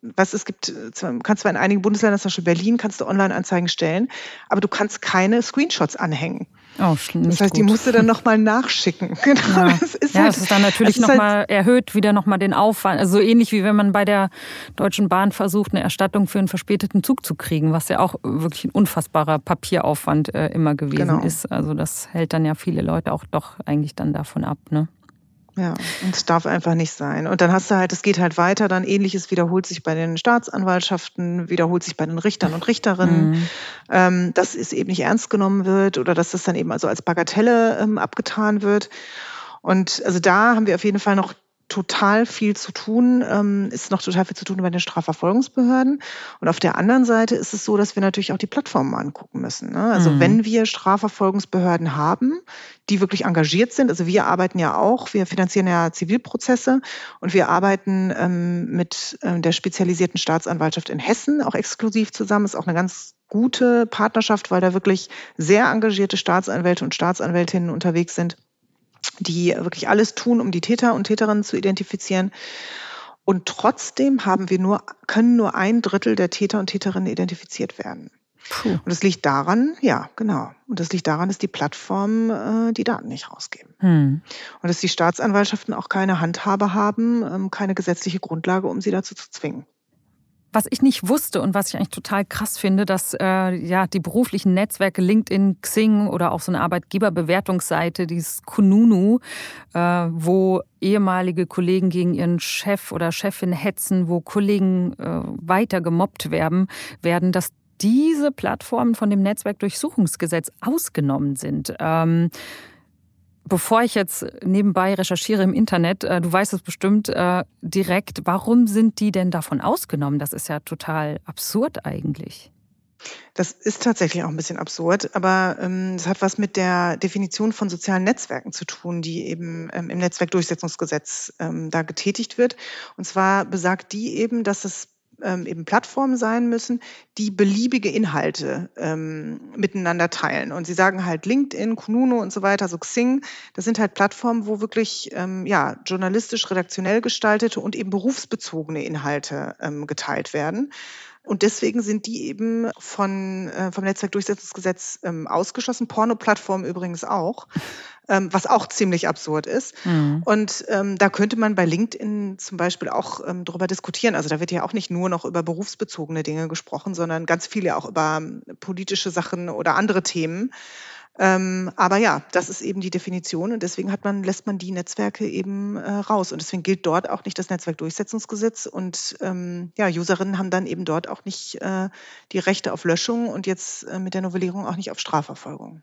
kannst zwar in einigen Bundesländern, zum Beispiel Berlin, kannst du Online-Anzeigen stellen, aber du kannst keine Screenshots anhängen.
Oh,
das heißt, die musst du dann nochmal nachschicken. Genau,
ja. Das ist dann natürlich nochmal erhöht wieder nochmal den Aufwand. Also so ähnlich wie wenn man bei der Deutschen Bahn versucht, eine Erstattung für einen verspäteten Zug zu kriegen, was ja auch wirklich ein unfassbarer Papieraufwand immer gewesen ist. Also das hält dann ja viele Leute auch doch eigentlich dann davon ab, ne?
Ja, und es darf einfach nicht sein. Und dann hast du halt, es geht halt weiter, dann Ähnliches wiederholt sich bei den Staatsanwaltschaften, wiederholt sich bei den Richtern und Richterinnen, dass es eben nicht ernst genommen wird oder dass das dann eben also als Bagatelle abgetan wird. Und also da haben wir auf jeden Fall noch total viel zu tun, ist noch total viel zu tun bei den Strafverfolgungsbehörden. Und auf der anderen Seite ist es so, dass wir natürlich auch die Plattformen angucken müssen, ne? Also wenn wir Strafverfolgungsbehörden haben, die wirklich engagiert sind, also wir arbeiten ja auch, wir finanzieren ja Zivilprozesse und wir arbeiten mit der spezialisierten Staatsanwaltschaft in Hessen auch exklusiv zusammen, ist auch eine ganz gute Partnerschaft, weil da wirklich sehr engagierte Staatsanwälte und Staatsanwältinnen unterwegs sind, die wirklich alles tun, um die Täter und Täterinnen zu identifizieren. Und trotzdem können nur 1/3 der Täter und Täterinnen identifiziert werden. Puh. Und das liegt daran, und das liegt daran, dass die Plattformen die Daten nicht rausgeben. Und dass die Staatsanwaltschaften auch keine Handhabe haben, keine gesetzliche Grundlage, um sie dazu zu zwingen.
Was ich nicht wusste und was ich eigentlich total krass finde, dass die beruflichen Netzwerke LinkedIn, Xing oder auch so eine Arbeitgeberbewertungsseite, dieses Kununu, wo ehemalige Kollegen gegen ihren Chef oder Chefin hetzen, wo Kollegen weiter gemobbt werden, dass diese Plattformen von dem Netzwerkdurchsuchungsgesetz ausgenommen sind. Bevor ich jetzt nebenbei recherchiere im Internet, du weißt es bestimmt direkt, warum sind die denn davon ausgenommen? Das ist ja total absurd eigentlich.
Das ist tatsächlich auch ein bisschen absurd, aber es hat was mit der Definition von sozialen Netzwerken zu tun, die eben im Netzwerkdurchsetzungsgesetz da getätigt wird. Und zwar besagt die eben, dass es eben Plattformen sein müssen, die beliebige Inhalte miteinander teilen. Und sie sagen halt LinkedIn, Kununu und so weiter, so Xing, das sind halt Plattformen, wo wirklich journalistisch, redaktionell gestaltete und eben berufsbezogene Inhalte geteilt werden. Und deswegen sind die eben vom Netzwerkdurchsetzungsgesetz ausgeschlossen. Porno-Plattformen übrigens auch, was auch ziemlich absurd ist. Und da könnte man bei LinkedIn zum Beispiel auch drüber diskutieren. Also da wird ja auch nicht nur noch über berufsbezogene Dinge gesprochen, sondern ganz viel ja auch über politische Sachen oder andere Themen. Aber ja, das ist eben die Definition und deswegen lässt man die Netzwerke eben raus. Und deswegen gilt dort auch nicht das Netzwerkdurchsetzungsgesetz und Userinnen haben dann eben dort auch nicht die Rechte auf Löschung und jetzt mit der Novellierung auch nicht auf Strafverfolgung.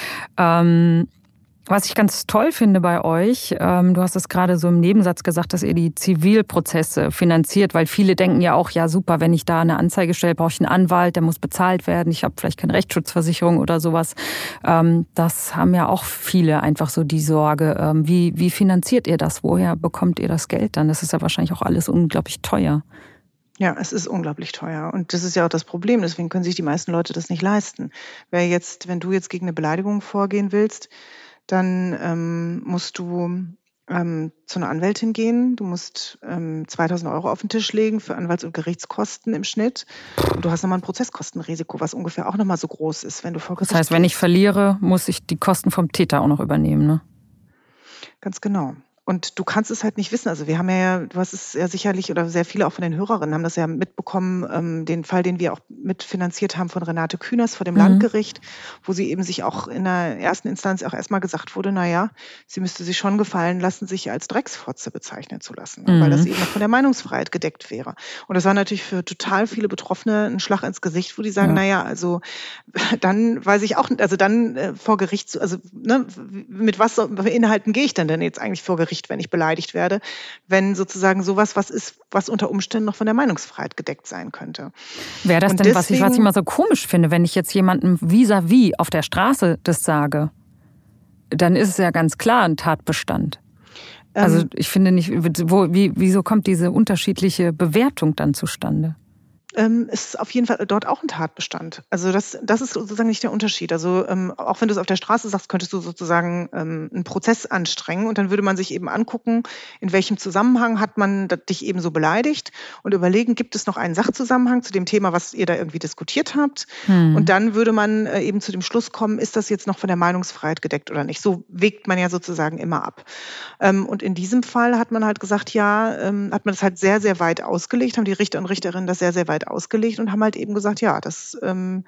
Was ich ganz toll finde bei euch, du hast es gerade so im Nebensatz gesagt, dass ihr die Zivilprozesse finanziert, weil viele denken ja auch, ja super, wenn ich da eine Anzeige stelle, brauche ich einen Anwalt, der muss bezahlt werden, ich habe vielleicht keine Rechtsschutzversicherung oder sowas. Das haben ja auch viele einfach so die Sorge. Wie finanziert ihr das? Woher bekommt ihr das Geld dann? Das ist ja wahrscheinlich auch alles unglaublich teuer.
Ja, es ist unglaublich teuer und das ist ja auch das Problem, deswegen können sich die meisten Leute das nicht leisten. Wenn du jetzt gegen eine Beleidigung vorgehen willst, dann musst du zu einer Anwältin gehen. Du musst 2.000 € auf den Tisch legen für Anwalts- und Gerichtskosten im Schnitt. Und du hast nochmal ein Prozesskostenrisiko, was ungefähr auch nochmal so groß ist, wenn du vor Gericht
Das heißt, wenn ich verliere, muss ich die Kosten vom Täter auch noch übernehmen, ne?
Ganz genau. Und du kannst es halt nicht wissen. Also wir haben du hast es ja sicherlich, oder sehr viele auch von den Hörerinnen haben das ja mitbekommen, den Fall, den wir auch mitfinanziert haben von Renate Künast vor dem Landgericht, wo sie eben sich auch in der ersten Instanz auch erstmal gesagt wurde, naja, sie müsste sich schon gefallen lassen, sich als Drecksfotze bezeichnen zu lassen, weil das eben noch von der Meinungsfreiheit gedeckt wäre. Und das war natürlich für total viele Betroffene ein Schlag ins Gesicht, wo die sagen, naja, also dann weiß ich auch, also dann vor Gericht, also mit was für Inhalten gehe ich denn jetzt eigentlich vor Gericht, wenn ich beleidigt werde, wenn sozusagen sowas was ist, was unter Umständen noch von der Meinungsfreiheit gedeckt sein könnte.
Wäre das denn, was ich immer so komisch finde, wenn ich jetzt jemandem vis-à-vis auf der Straße das sage, dann ist es ja ganz klar ein Tatbestand. Also ich finde nicht, wieso kommt diese unterschiedliche Bewertung dann zustande?
Ist auf jeden Fall dort auch ein Tatbestand. Also das ist sozusagen nicht der Unterschied. Also auch wenn du es auf der Straße sagst, könntest du sozusagen einen Prozess anstrengen und dann würde man sich eben angucken, in welchem Zusammenhang hat man dich eben so beleidigt und überlegen, gibt es noch einen Sachzusammenhang zu dem Thema, was ihr da irgendwie diskutiert habt? Und dann würde man eben zu dem Schluss kommen, ist das jetzt noch von der Meinungsfreiheit gedeckt oder nicht? So wägt man ja sozusagen immer ab. Und in diesem Fall hat man halt gesagt, hat man das halt sehr, sehr weit ausgelegt, haben die Richter und Richterinnen das sehr, sehr weit ausgelegt und haben halt eben gesagt, ja, das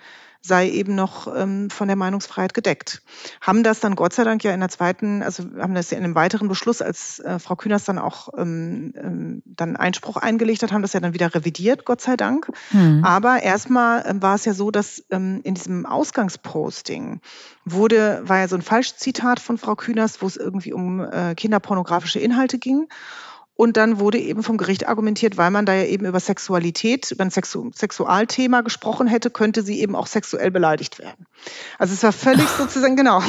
sei eben noch von der Meinungsfreiheit gedeckt. Haben das dann Gott sei Dank ja in der zweiten, also haben das ja in einem weiteren Beschluss, als Frau Künast dann auch dann Einspruch eingelegt hat, haben das ja dann wieder revidiert, Gott sei Dank. Aber erstmal war es ja so, dass in diesem Ausgangsposting war ja so ein Falschzitat von Frau Künast, wo es irgendwie um kinderpornografische Inhalte ging. Und dann wurde eben vom Gericht argumentiert, weil man da ja eben über Sexualität, über ein Sexualthema gesprochen hätte, könnte sie eben auch sexuell beleidigt werden. Also es war völlig sozusagen, genau.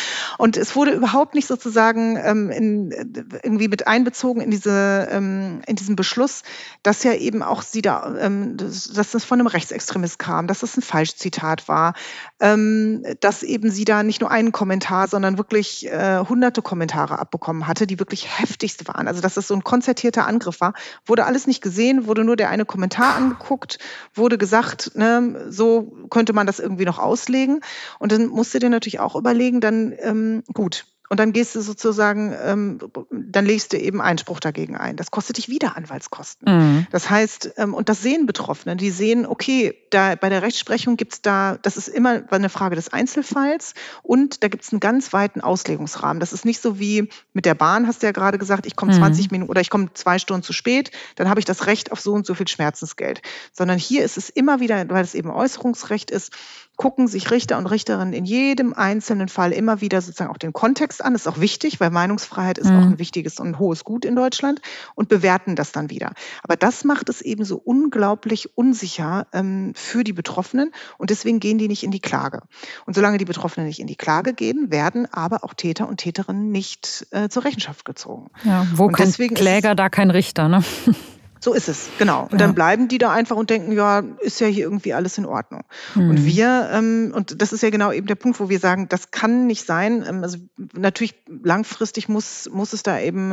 Und es wurde überhaupt nicht sozusagen irgendwie mit einbezogen in diesen Beschluss, dass ja eben auch sie da, dass das von einem Rechtsextremist kam, dass das ein Falschzitat war, dass eben sie da nicht nur einen Kommentar, sondern wirklich hunderte Kommentare abbekommen hatte, die wirklich heftigst waren. Also dass das so ein konzertierter Angriff war, wurde alles nicht gesehen, wurde nur der eine Kommentar angeguckt, wurde gesagt, ne, so könnte man das irgendwie noch auslegen. Und dann musst du dir natürlich auch überlegen, dann gut. Und dann gehst du sozusagen, dann legst du eben Einspruch dagegen ein. Das kostet dich wieder Anwaltskosten. Das heißt, und das sehen Betroffene, die sehen, okay, da bei der Rechtsprechung gibt's da, das ist immer eine Frage des Einzelfalls und da gibt's einen ganz weiten Auslegungsrahmen. Das ist nicht so wie mit der Bahn, hast du ja gerade gesagt, ich komme 20 Minuten oder ich komme 2 Stunden zu spät, dann habe ich das Recht auf so und so viel Schmerzensgeld. Sondern hier ist es immer wieder, weil es eben Äußerungsrecht ist, gucken sich Richter und Richterinnen in jedem einzelnen Fall immer wieder sozusagen auch den Kontext an. Das ist auch wichtig, weil Meinungsfreiheit ist auch ein wichtiges und ein hohes Gut in Deutschland und bewerten das dann wieder. Aber das macht es eben so unglaublich unsicher für die Betroffenen und deswegen gehen die nicht in die Klage. Und solange die Betroffenen nicht in die Klage gehen, werden aber auch Täter und Täterinnen nicht zur Rechenschaft gezogen.
Ja, wo kein Kläger, da kein Richter, ne?
So ist es, genau. Und dann bleiben die da einfach und denken, ja, ist ja hier irgendwie alles in Ordnung. Und wir, und das ist ja genau eben der Punkt, wo wir sagen, das kann nicht sein. Also natürlich langfristig muss es da eben,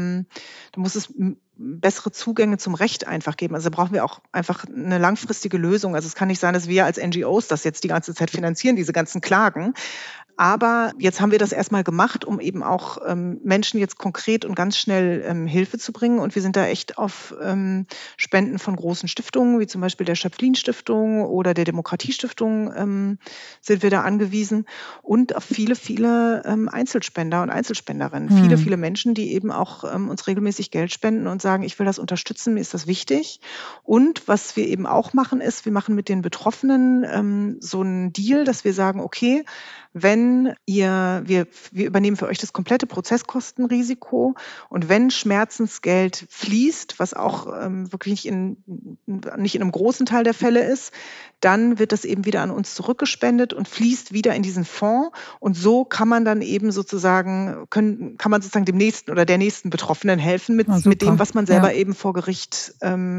da muss es bessere Zugänge zum Recht einfach geben. Also da brauchen wir auch einfach eine langfristige Lösung. Also es kann nicht sein, dass wir als NGOs das jetzt die ganze Zeit finanzieren, diese ganzen Klagen. Aber jetzt haben wir das erstmal gemacht, um eben auch Menschen jetzt konkret und ganz schnell Hilfe zu bringen. Und wir sind da echt auf Spenden von großen Stiftungen, wie zum Beispiel der Schöpflin-Stiftung oder der Demokratie-Stiftung sind wir da angewiesen. Und auf viele, viele Einzelspender und Einzelspenderinnen. Viele, viele Menschen, die eben auch uns regelmäßig Geld spenden und sagen, ich will das unterstützen, mir ist das wichtig. Und was wir eben auch machen, ist, wir machen mit den Betroffenen so einen Deal, dass wir sagen, okay, wenn wir übernehmen für euch das komplette Prozesskostenrisiko und wenn Schmerzensgeld fließt, was auch wirklich nicht in einem großen Teil der Fälle ist, dann wird das eben wieder an uns zurückgespendet und fließt wieder in diesen Fonds und so kann man dann eben sozusagen, kann man sozusagen dem nächsten oder der nächsten Betroffenen helfen mit dem, was man selber eben vor Gericht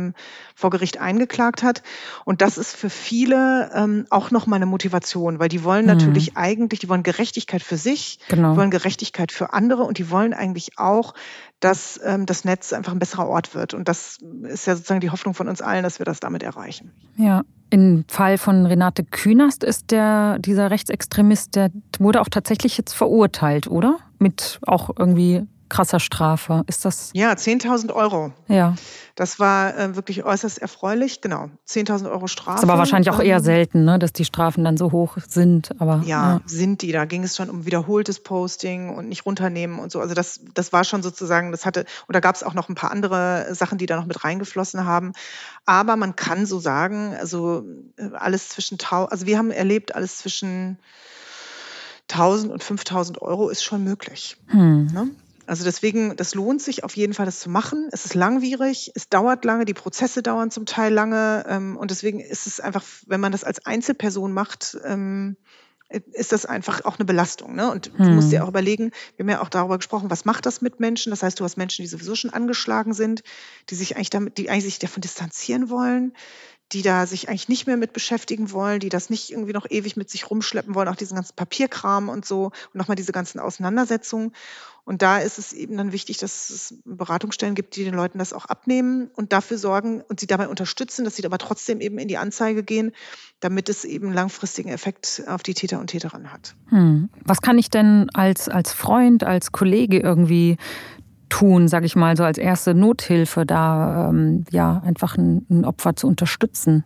eingeklagt hat. Und das ist für viele auch nochmal eine Motivation, weil die wollen natürlich die wollen Gerechtigkeit für sich, die wollen Gerechtigkeit für andere und die wollen eigentlich auch, dass das Netz einfach ein besserer Ort wird. Und das ist ja sozusagen die Hoffnung von uns allen, dass wir das damit erreichen.
Ja, im Fall von Renate Künast ist dieser Rechtsextremist, der wurde auch tatsächlich jetzt verurteilt, oder? Mit auch irgendwie krasser Strafe. Ist das?
Ja, 10.000 Euro.
Ja.
Das war wirklich äußerst erfreulich, genau. 10.000 Euro Strafe.
Ist aber wahrscheinlich auch eher selten, ne, dass die Strafen dann so hoch sind. Aber
ja, sind die. Da ging es schon um wiederholtes Posting und nicht runternehmen und so. Also das war schon sozusagen, und da gab es auch noch ein paar andere Sachen, die da noch mit reingeflossen haben. Aber man kann so sagen, also alles also wir haben erlebt, alles zwischen 1.000 und 5.000 Euro ist schon möglich. Ne? Also deswegen, das lohnt sich auf jeden Fall, das zu machen. Es ist langwierig, es dauert lange, die Prozesse dauern zum Teil lange. Und deswegen ist es einfach, wenn man das als Einzelperson macht, ist das einfach auch eine Belastung. Ne? Und du musst dir auch überlegen, wir haben ja auch darüber gesprochen, was macht das mit Menschen? Das heißt, du hast Menschen, die sowieso schon angeschlagen sind, die eigentlich sich davon distanzieren wollen, die da sich eigentlich nicht mehr mit beschäftigen wollen, die das nicht irgendwie noch ewig mit sich rumschleppen wollen, auch diesen ganzen Papierkram und so und nochmal diese ganzen Auseinandersetzungen. Und da ist es eben dann wichtig, dass es Beratungsstellen gibt, die den Leuten das auch abnehmen und dafür sorgen und sie dabei unterstützen, dass sie aber trotzdem eben in die Anzeige gehen, damit es eben langfristigen Effekt auf die Täter und Täterinnen hat.
Was kann ich denn als Freund, als Kollege irgendwie tun, sage ich mal, so als erste Nothilfe, da einfach ein Opfer zu unterstützen?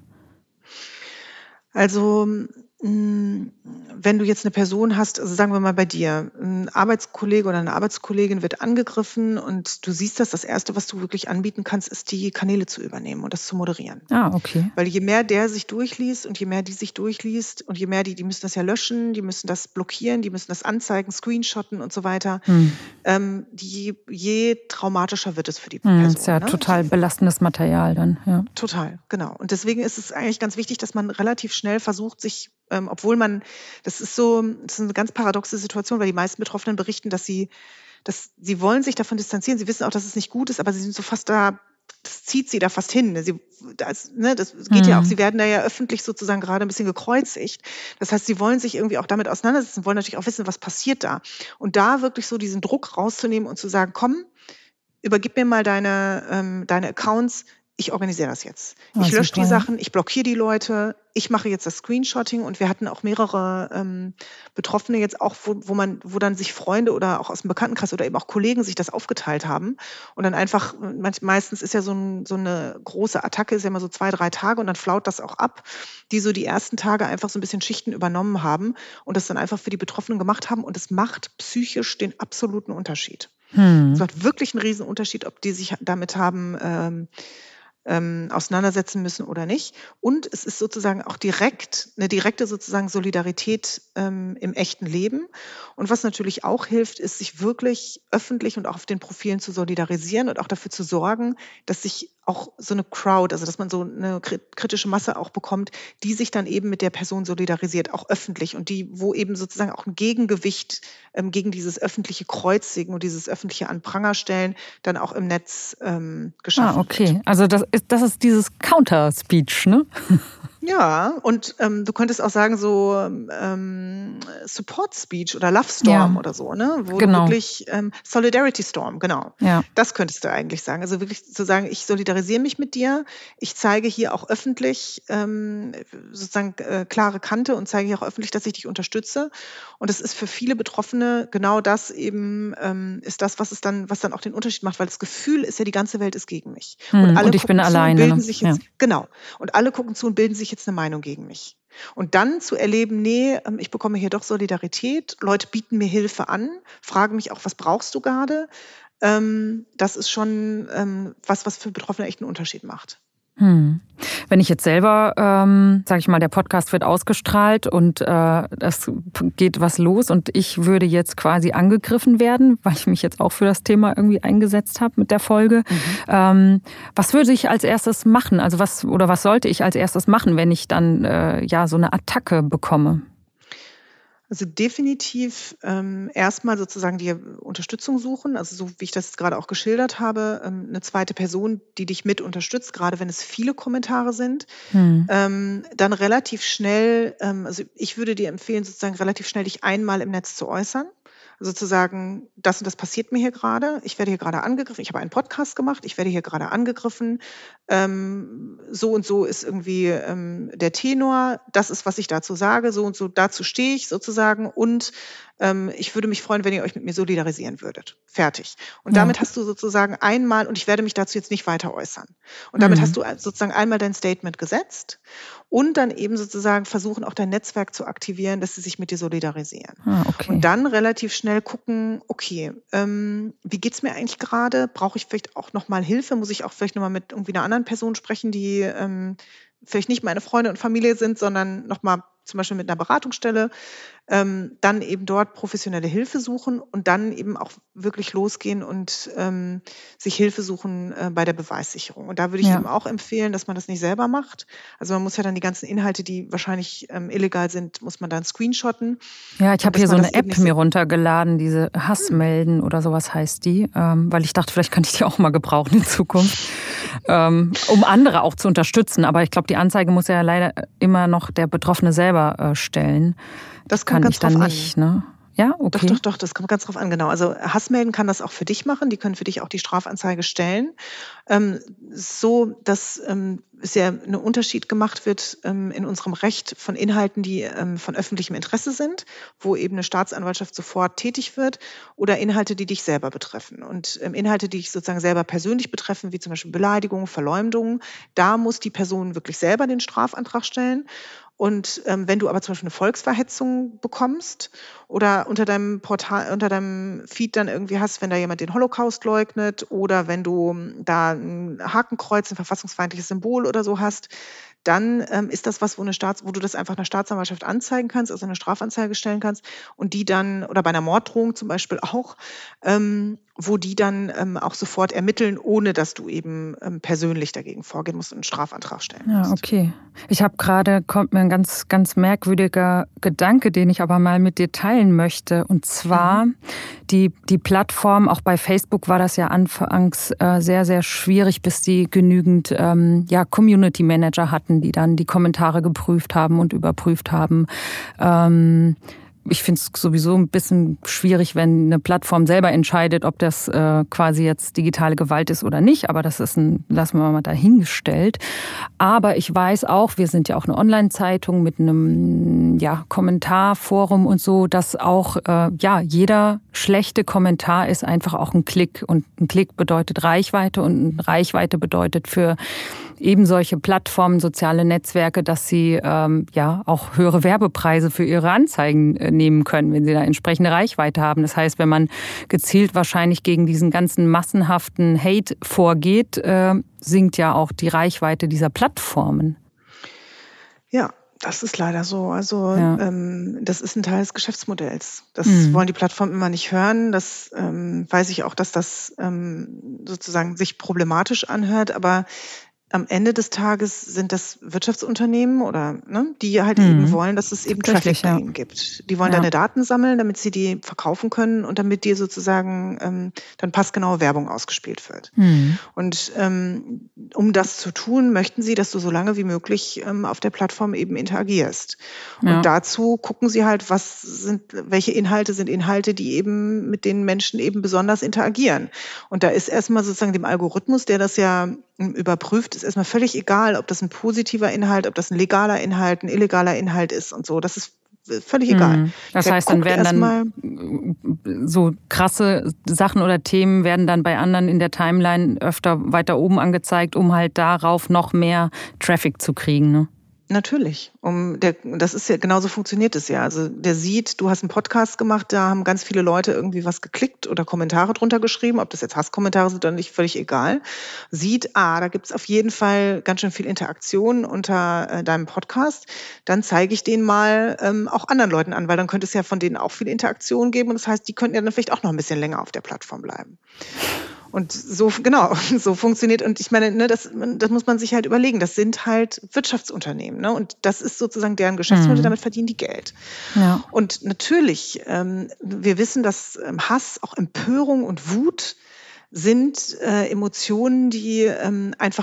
Also wenn du jetzt eine Person hast, also sagen wir mal bei dir, ein Arbeitskollege oder eine Arbeitskollegin wird angegriffen und du siehst das Erste, was du wirklich anbieten kannst, ist, die Kanäle zu übernehmen und das zu moderieren.
Ah, okay.
Weil je mehr der sich durchliest und je mehr die sich durchliest und je mehr die müssen das ja löschen, die müssen das blockieren, die müssen das anzeigen, screenshotten und so weiter, je traumatischer wird es für die Person.
Das ist ja total belastendes Material dann. Ja.
Total, genau. Und deswegen ist es eigentlich ganz wichtig, dass man relativ schnell versucht, sich das ist eine ganz paradoxe Situation, weil die meisten Betroffenen berichten, dass sie wollen sich davon distanzieren, sie wissen auch, dass es nicht gut ist, aber sie sind so fast da, das zieht sie da fast hin. Das geht ja auch, sie werden da ja öffentlich sozusagen gerade ein bisschen gekreuzigt. Das heißt, sie wollen sich irgendwie auch damit auseinandersetzen, wollen natürlich auch wissen, was passiert da. Und da wirklich so diesen Druck rauszunehmen und zu sagen, komm, übergib mir mal deine Accounts, ich organisiere das jetzt. Ich lösche die Sachen, ich blockiere die Leute, ich mache jetzt das Screenshotting und wir hatten auch mehrere Betroffene jetzt auch, wo dann sich Freunde oder auch aus dem Bekanntenkreis oder eben auch Kollegen sich das aufgeteilt haben und dann einfach, meistens ist ja so eine große Attacke, ist ja immer so 2-3 Tage und dann flaut das auch ab, die so die ersten Tage einfach so ein bisschen Schichten übernommen haben und das dann einfach für die Betroffenen gemacht haben und es macht psychisch den absoluten Unterschied. Es macht wirklich einen riesen Unterschied, ob die sich damit haben auseinandersetzen müssen oder nicht. Und es ist sozusagen auch eine direkte sozusagen Solidarität im echten Leben. Und was natürlich auch hilft, ist, sich wirklich öffentlich und auch auf den Profilen zu solidarisieren und auch dafür zu sorgen, dass sich auch so eine Crowd, also dass man so eine kritische Masse auch bekommt, die sich dann eben mit der Person solidarisiert, auch öffentlich und wo eben sozusagen auch ein Gegengewicht gegen dieses öffentliche Kreuzigen und dieses öffentliche Anprangerstellen dann auch im Netz geschaffen wird.
Okay. Also das ist dieses Counter-Speech, ne?
Ja, und du könntest auch sagen, so Support Speech oder Love Storm oder so, ne? Wo du wirklich Solidarity Storm, genau. Ja. Das könntest du eigentlich sagen. Also wirklich zu sagen, ich solidarisiere mich mit dir, ich zeige hier auch öffentlich sozusagen klare Kante und zeige hier auch öffentlich, dass ich dich unterstütze. Und das ist für viele Betroffene genau das eben, ist das, was dann auch den Unterschied macht, weil das Gefühl ist ja, die ganze Welt ist gegen mich.
Und ich bin alleine.
Bilden sich jetzt, genau. Und alle gucken zu und bilden sich jetzt eine Meinung gegen mich. Und dann zu erleben, nee, ich bekomme hier doch Solidarität, Leute bieten mir Hilfe an, fragen mich auch, was brauchst du gerade? Das ist schon was für Betroffene echt einen Unterschied macht.
Wenn ich jetzt selber, sage ich mal, der Podcast wird ausgestrahlt und es geht was los und ich würde jetzt quasi angegriffen werden, weil ich mich jetzt auch für das Thema irgendwie eingesetzt habe mit der Folge. Was würde ich als erstes machen? Also was sollte ich als erstes machen, wenn ich dann so eine Attacke bekomme?
Also definitiv erstmal sozusagen die Unterstützung suchen, also so wie ich das gerade auch geschildert habe, eine zweite Person, die dich mit unterstützt, gerade wenn es viele Kommentare sind. Dann relativ schnell, also ich würde dir empfehlen, sozusagen relativ schnell dich einmal im Netz zu äußern. sozusagen, das und das passiert mir hier gerade, ich werde hier gerade angegriffen, ich habe einen Podcast gemacht, ich werde hier gerade angegriffen, so und so ist irgendwie der Tenor, das ist, was ich dazu sage, so und so, dazu stehe ich sozusagen und ich würde mich freuen, wenn ihr euch mit mir solidarisieren würdet. Fertig. Und damit hast du sozusagen einmal, und ich werde mich dazu jetzt nicht weiter äußern. Und damit hast du sozusagen einmal dein Statement gesetzt und dann eben sozusagen versuchen, auch dein Netzwerk zu aktivieren, dass sie sich mit dir solidarisieren.
Okay.
Und dann relativ schnell gucken, okay, wie geht's mir eigentlich gerade? Brauche ich vielleicht auch nochmal Hilfe? Muss ich auch vielleicht nochmal mit irgendwie einer anderen Person sprechen, die vielleicht nicht meine Freunde und Familie sind, sondern nochmal zum Beispiel mit einer Beratungsstelle, dann eben dort professionelle Hilfe suchen und dann eben auch wirklich losgehen und sich Hilfe suchen bei der Beweissicherung. Und da würde ich eben auch empfehlen, dass man das nicht selber macht. Also man muss ja dann die ganzen Inhalte, die wahrscheinlich illegal sind, muss man dann screenshotten.
Ja, ich habe hier so eine App mir runtergeladen, diese Hassmelden oder sowas heißt die, weil ich dachte, vielleicht kann ich die auch mal gebrauchen in Zukunft, um andere auch zu unterstützen. Aber ich glaube, die Anzeige muss ja leider immer noch der Betroffene selber stellen.
Das kann ich dann nicht,
ne? Ja, okay.
Doch, das kommt ganz drauf an, genau. Also Hassmelden kann das auch für dich machen, die können für dich auch die Strafanzeige stellen. So, dass es ja ein Unterschied gemacht wird in unserem Recht von Inhalten, die von öffentlichem Interesse sind, wo eben eine Staatsanwaltschaft sofort tätig wird, oder Inhalte, die dich selber betreffen. Und Inhalte, die dich sozusagen selber persönlich betreffen, wie zum Beispiel Beleidigungen, Verleumdungen, da muss die Person wirklich selber den Strafantrag stellen. Und wenn du aber zum Beispiel eine Volksverhetzung bekommst oder unter deinem Feed dann irgendwie hast, wenn da jemand den Holocaust leugnet oder wenn du da ein Hakenkreuz, ein verfassungsfeindliches Symbol oder so hast, dann ist das was, wo du das einfach einer Staatsanwaltschaft anzeigen kannst, also eine Strafanzeige stellen kannst und die dann, oder bei einer Morddrohung zum Beispiel auch, wo die dann auch sofort ermitteln, ohne dass du eben persönlich dagegen vorgehen musst und einen Strafantrag stellen musst.
Ja, okay. Kommt mir ein ganz, ganz merkwürdiger Gedanke, den ich aber mal mit dir teilen möchte. Und zwar die Plattform, auch bei Facebook war das ja anfangs sehr, sehr schwierig, bis die genügend Community Manager hatten, die dann die Kommentare geprüft haben und überprüft haben. Ich finde es sowieso ein bisschen schwierig, wenn eine Plattform selber entscheidet, ob das quasi jetzt digitale Gewalt ist oder nicht. Aber das ist lassen wir mal dahingestellt. Aber ich weiß auch, wir sind ja auch eine Online-Zeitung mit einem Kommentarforum und so, dass auch jeder schlechte Kommentar ist einfach auch ein Klick. Und ein Klick bedeutet Reichweite und Reichweite bedeutet für eben solche Plattformen, soziale Netzwerke, dass sie auch höhere Werbepreise für ihre Anzeigen nehmen können, wenn sie da entsprechende Reichweite haben. Das heißt, wenn man gezielt wahrscheinlich gegen diesen ganzen massenhaften Hate vorgeht, sinkt ja auch die Reichweite dieser Plattformen.
Ja, das ist leider so. Also das ist ein Teil des Geschäftsmodells. Das wollen die Plattformen immer nicht hören. Das weiß ich auch, dass das sozusagen sich problematisch anhört, aber am Ende des Tages sind das Wirtschaftsunternehmen oder die halt eben wollen, dass es eben Traffic bei ihnen gibt. Die wollen deine Daten sammeln, damit sie die verkaufen können und damit dir sozusagen dann passgenaue Werbung ausgespielt wird. Und um das zu tun, möchten sie, dass du so lange wie möglich auf der Plattform eben interagierst. Und dazu gucken sie halt, welche Inhalte sind Inhalte, die eben mit den Menschen eben besonders interagieren. Und da ist erstmal sozusagen dem Algorithmus, der das ja überprüft, ist erstmal völlig egal, ob das ein positiver Inhalt, ob das ein legaler Inhalt, ein illegaler Inhalt ist und so. Das ist völlig egal.
Das heißt, dann werden dann so krasse Sachen oder Themen werden dann bei anderen in der Timeline öfter weiter oben angezeigt, um halt darauf noch mehr Traffic zu kriegen, ne?
Natürlich. Das ist ja, genauso funktioniert es ja. Also der sieht, du hast einen Podcast gemacht, da haben ganz viele Leute irgendwie was geklickt oder Kommentare drunter geschrieben, ob das jetzt Hasskommentare sind oder nicht, völlig egal. Sieht, da gibt es auf jeden Fall ganz schön viel Interaktion unter deinem Podcast. Dann zeige ich den mal auch anderen Leuten an, weil dann könnte es ja von denen auch viel Interaktion geben und das heißt, die könnten ja dann vielleicht auch noch ein bisschen länger auf der Plattform bleiben. Und so funktioniert. Und ich meine, das muss man sich halt überlegen. Das sind halt Wirtschaftsunternehmen, ne? Und das ist sozusagen deren Geschäftsmodell, damit verdienen die Geld. Ja. Und natürlich, wir wissen, dass Hass, auch Empörung und Wut sind Emotionen, die einfach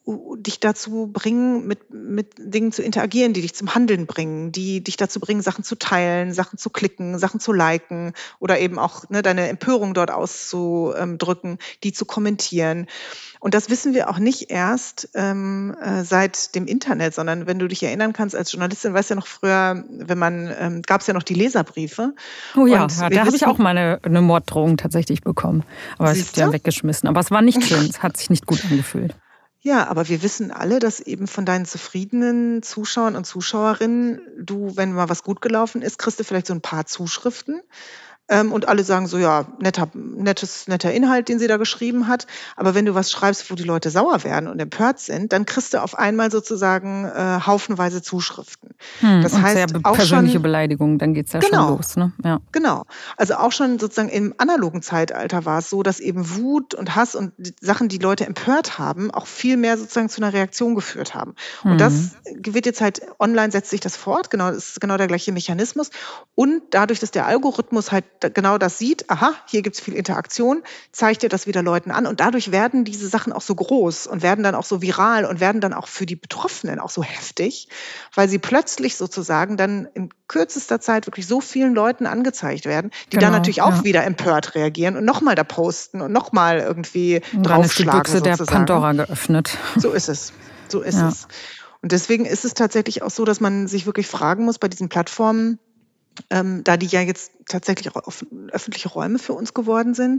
dich dazu bringen, mit Dingen zu interagieren, die dich zum Handeln bringen, die dich dazu bringen, Sachen zu teilen, Sachen zu klicken, Sachen zu liken oder eben auch deine Empörung dort auszudrücken, die zu kommentieren. Und das wissen wir auch nicht erst seit dem Internet, sondern wenn du dich erinnern kannst als Journalistin, weißt ja noch früher, gab es ja noch die Leserbriefe.
Oh ja, da habe ich auch mal eine Morddrohung tatsächlich bekommen. Aber ich habe die dann weggeschmissen. Aber es war nicht schön, es hat sich nicht gut angefühlt.
Ja, aber wir wissen alle, dass eben von deinen zufriedenen Zuschauern und Zuschauerinnen, wenn mal was gut gelaufen ist, kriegst du vielleicht so ein paar Zuschriften. Und alle sagen so, ja, netter Inhalt, den sie da geschrieben hat. Aber wenn du was schreibst, wo die Leute sauer werden und empört sind, dann kriegst du auf einmal sozusagen haufenweise Zuschriften.
Das heißt, sehr auch persönliche Beleidigungen, dann geht's ja schon los. Ne? Ja.
Genau. Also auch schon sozusagen im analogen Zeitalter war es so, dass eben Wut und Hass und Sachen, die Leute empört haben, auch viel mehr sozusagen zu einer Reaktion geführt haben. Und das wird jetzt halt, online setzt sich das fort, das ist genau der gleiche Mechanismus. Und dadurch, dass der Algorithmus halt genau das sieht, aha, hier gibt's viel Interaktion, zeigt dir das wieder Leuten an und dadurch werden diese Sachen auch so groß und werden dann auch so viral und werden dann auch für die Betroffenen auch so heftig, weil sie plötzlich sozusagen dann in kürzester Zeit wirklich so vielen Leuten angezeigt werden, die dann natürlich auch wieder empört reagieren und nochmal da posten und nochmal irgendwie draufschlagen.
Dann ist die Büchse der Pandora geöffnet.
So ist es. So ist es. Und deswegen ist es tatsächlich auch so, dass man sich wirklich fragen muss bei diesen Plattformen, da die ja jetzt tatsächlich auch öffentliche Räume für uns geworden sind,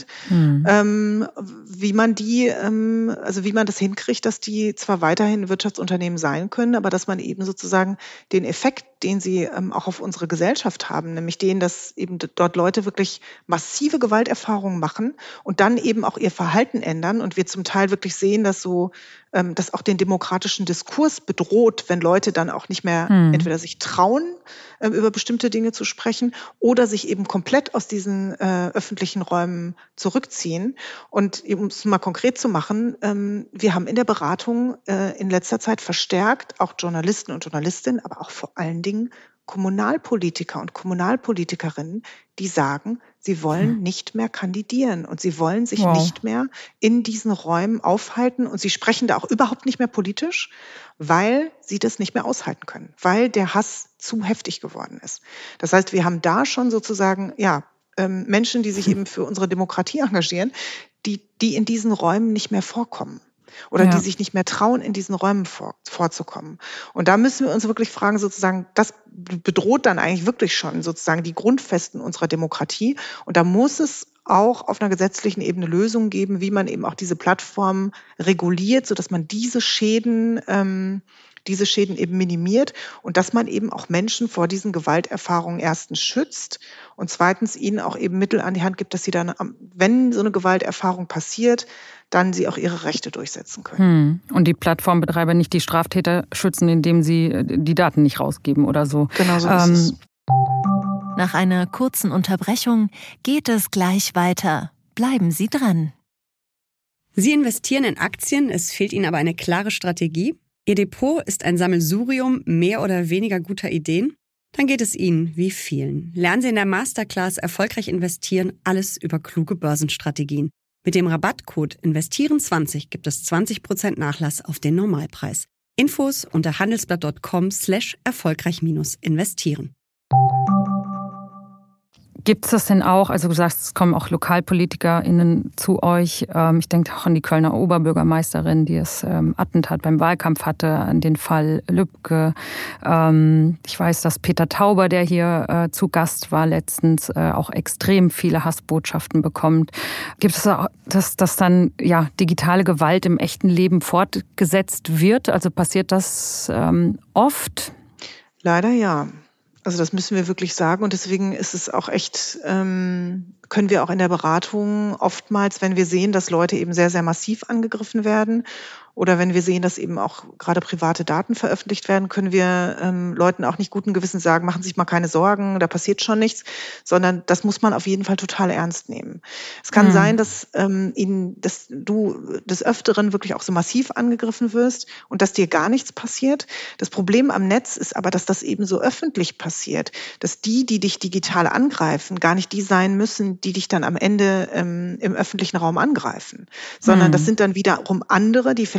wie man das hinkriegt, dass die zwar weiterhin Wirtschaftsunternehmen sein können, aber dass man eben sozusagen den Effekt, den sie auch auf unsere Gesellschaft haben, nämlich den, dass eben dort Leute wirklich massive Gewalterfahrungen machen und dann eben auch ihr Verhalten ändern und wir zum Teil wirklich sehen, dass das auch den demokratischen Diskurs bedroht, wenn Leute dann auch nicht mehr entweder sich trauen, über bestimmte Dinge zu sprechen oder sich eben komplett aus diesen öffentlichen Räumen zurückziehen. Und um es mal konkret zu machen, wir haben in der Beratung in letzter Zeit verstärkt auch Journalisten und Journalistinnen, aber auch vor allen Dingen Kommunalpolitiker und Kommunalpolitikerinnen, die sagen, sie wollen nicht mehr kandidieren und sie wollen sich nicht mehr in diesen Räumen aufhalten und sie sprechen da auch überhaupt nicht mehr politisch, weil sie das nicht mehr aushalten können, weil der Hass zu heftig geworden ist. Das heißt, wir haben da schon sozusagen, Menschen, die sich eben für unsere Demokratie engagieren, die in diesen Räumen nicht mehr vorkommen. Oder die sich nicht mehr trauen, in diesen Räumen vorzukommen. Und da müssen wir uns wirklich fragen, sozusagen, das bedroht dann eigentlich wirklich schon sozusagen die Grundfesten unserer Demokratie. Und da muss es auch auf einer gesetzlichen Ebene Lösungen geben, wie man eben auch diese Plattformen reguliert, sodass man diese Schäden eben minimiert und dass man eben auch Menschen vor diesen Gewalterfahrungen erstens schützt und zweitens ihnen auch eben Mittel an die Hand gibt, dass sie dann, wenn so eine Gewalterfahrung passiert, dann sie auch ihre Rechte durchsetzen können.
Und die Plattformbetreiber nicht die Straftäter schützen, indem sie die Daten nicht rausgeben oder so.
Genau so ist es.
Nach einer kurzen Unterbrechung geht es gleich weiter. Bleiben Sie dran.
Sie investieren in Aktien, es fehlt Ihnen aber eine klare Strategie. Ihr Depot ist ein Sammelsurium mehr oder weniger guter Ideen? Dann geht es Ihnen wie vielen. Lernen Sie in der Masterclass Erfolgreich investieren, alles über kluge Börsenstrategien. Mit dem Rabattcode INVESTIEREN20 gibt es 20% Nachlass auf den Normalpreis. Infos unter handelsblatt.com/erfolgreich-investieren.
Gibt es das denn auch, also du sagst, es kommen auch LokalpolitikerInnen zu euch. Ich denke auch an die Kölner Oberbürgermeisterin, die das Attentat beim Wahlkampf hatte, an den Fall Lübcke. Ich weiß, dass Peter Tauber, der hier zu Gast war letztens, auch extrem viele Hassbotschaften bekommt. Gibt es auch, dass dann digitale Gewalt im echten Leben fortgesetzt wird? Also passiert das oft?
Leider ja. Also das müssen wir wirklich sagen und deswegen ist es auch echt, können wir auch in der Beratung oftmals, wenn wir sehen, dass Leute eben sehr, sehr massiv angegriffen werden oder wenn wir sehen, dass eben auch gerade private Daten veröffentlicht werden, können wir Leuten auch nicht guten Gewissens sagen, machen Sie sich mal keine Sorgen, da passiert schon nichts, sondern das muss man auf jeden Fall total ernst nehmen. Es kann sein, dass du des Öfteren wirklich auch so massiv angegriffen wirst und dass dir gar nichts passiert. Das Problem am Netz ist aber, dass das eben so öffentlich passiert, dass die dich digital angreifen, gar nicht die sein müssen, die dich dann am Ende im öffentlichen Raum angreifen, sondern das sind dann wiederum andere, die vielleicht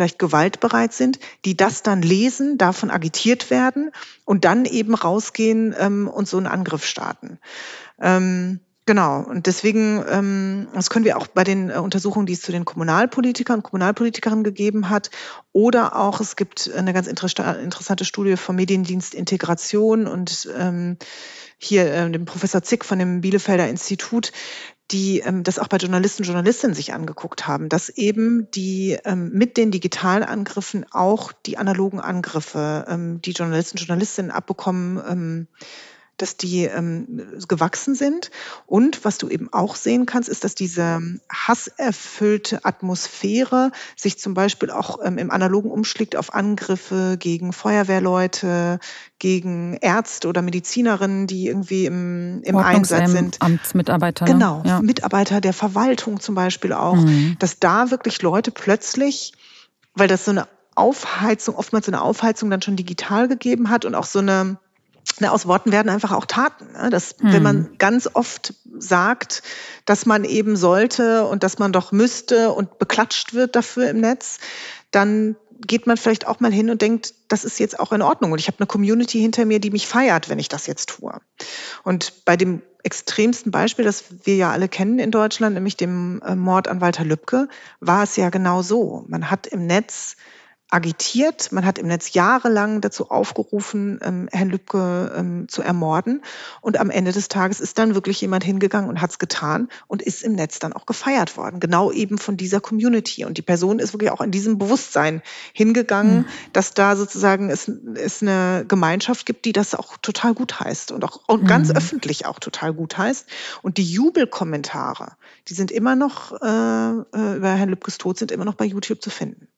vielleicht gewaltbereit sind, die das dann lesen, davon agitiert werden und dann eben rausgehen und so einen Angriff starten. Genau, und deswegen, das können wir auch bei den Untersuchungen, die es zu den Kommunalpolitikern und Kommunalpolitikerinnen gegeben hat, oder auch, es gibt eine ganz interessante Studie vom Mediendienst Integration und hier dem Professor Zick von dem Bielefelder Institut, die das auch bei Journalisten und Journalistinnen sich angeguckt haben, dass eben die mit den digitalen Angriffen auch die analogen Angriffe, die Journalisten und Journalistinnen abbekommen, dass die gewachsen sind. Und was du eben auch sehen kannst, ist, dass diese hasserfüllte Atmosphäre sich zum Beispiel auch im Analogen umschlägt auf Angriffe gegen Feuerwehrleute, gegen Ärzte oder Medizinerinnen, die irgendwie im Einsatz sind.
Amtsmitarbeiter.
Genau,
ja.
Mitarbeiter der Verwaltung zum Beispiel auch, dass da wirklich Leute plötzlich, weil das so eine Aufheizung, oftmals so eine Aufheizung dann schon digital gegeben hat und auch so eine aus Worten werden einfach auch Taten. Dass, wenn man ganz oft sagt, dass man eben sollte und dass man doch müsste und beklatscht wird dafür im Netz, dann geht man vielleicht auch mal hin und denkt, das ist jetzt auch in Ordnung. Und ich habe eine Community hinter mir, die mich feiert, wenn ich das jetzt tue. Und bei dem extremsten Beispiel, das wir ja alle kennen in Deutschland, nämlich dem Mord an Walter Lübcke, war es ja genau so. Man hat im Netz agitiert. Man hat im Netz jahrelang dazu aufgerufen, Herrn Lübcke zu ermorden. Und am Ende des Tages ist dann wirklich jemand hingegangen und hat es getan und ist im Netz dann auch gefeiert worden. Genau eben von dieser Community. Und die Person ist wirklich auch in diesem Bewusstsein hingegangen, dass da sozusagen es eine Gemeinschaft gibt, die das auch total gut heißt und auch ganz öffentlich auch total gut heißt. Und die Jubelkommentare, die sind immer noch über Herrn Lübkes Tod sind immer noch bei YouTube zu finden.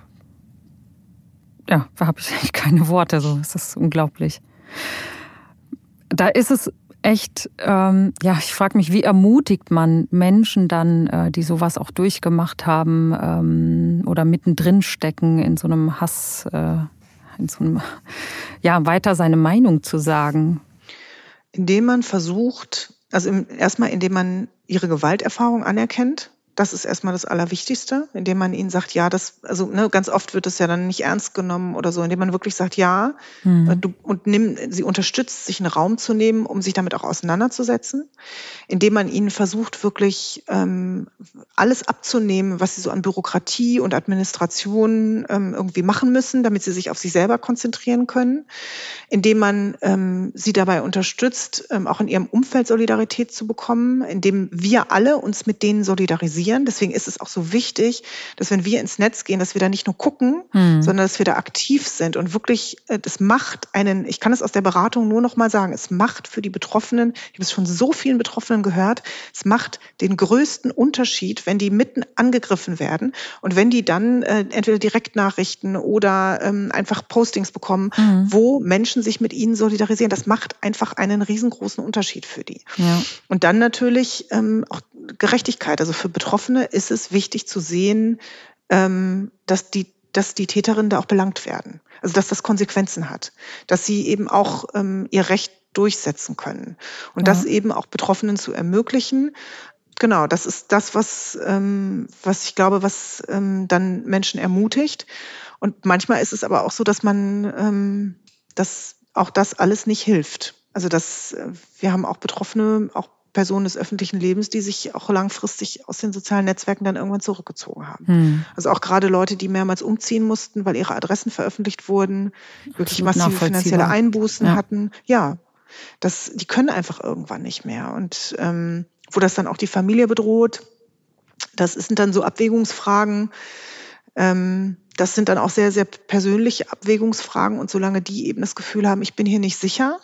Ja, da habe ich echt keine Worte. So, es ist unglaublich. Da ist es echt, ich frage mich, wie ermutigt man Menschen dann, die sowas auch durchgemacht haben oder mittendrin stecken in so einem Hass, weiter seine Meinung zu sagen?
Indem man versucht, erstmal indem man ihre Gewalterfahrung anerkennt. Das ist erstmal das Allerwichtigste, indem man ihnen sagt, ja, ganz oft wird das ja dann nicht ernst genommen oder so, indem man wirklich sagt, ja, sie unterstützt, sich einen Raum zu nehmen, um sich damit auch auseinanderzusetzen, indem man ihnen versucht, wirklich alles abzunehmen, was sie so an Bürokratie und Administration irgendwie machen müssen, damit sie sich auf sich selber konzentrieren können, indem man sie dabei unterstützt, auch in ihrem Umfeld Solidarität zu bekommen, indem wir alle uns mit denen solidarisieren. Deswegen ist es auch so wichtig, dass wenn wir ins Netz gehen, dass wir da nicht nur gucken, sondern dass wir da aktiv sind und wirklich, ich kann es aus der Beratung nur noch mal sagen, es macht für die Betroffenen, ich habe es von so vielen Betroffenen gehört, es macht den größten Unterschied, wenn die mitten angegriffen werden und wenn die dann entweder Direktnachrichten oder einfach Postings bekommen, wo Menschen sich mit ihnen solidarisieren. Das macht einfach einen riesengroßen Unterschied für die. Ja. Und dann natürlich auch Gerechtigkeit. Also für Betroffene ist es wichtig zu sehen, dass die Täterinnen da auch belangt werden. Also dass das Konsequenzen hat. Dass sie eben auch ihr Recht durchsetzen können. Und das eben auch Betroffenen zu ermöglichen. Genau, das ist das, was ich glaube, was dann Menschen ermutigt. Und manchmal ist es aber auch so, dass man, dass auch das alles nicht hilft. Also wir haben auch Betroffene, auch Personen des öffentlichen Lebens, die sich auch langfristig aus den sozialen Netzwerken dann irgendwann zurückgezogen haben. Also auch gerade Leute, die mehrmals umziehen mussten, weil ihre Adressen veröffentlicht wurden, wirklich massive finanzielle Einbußen hatten. Ja, die können einfach irgendwann nicht mehr. Und wo das dann auch die Familie bedroht, das sind dann so Abwägungsfragen. Das sind dann auch sehr, sehr persönliche Abwägungsfragen. Und solange die eben das Gefühl haben, ich bin hier nicht sicher,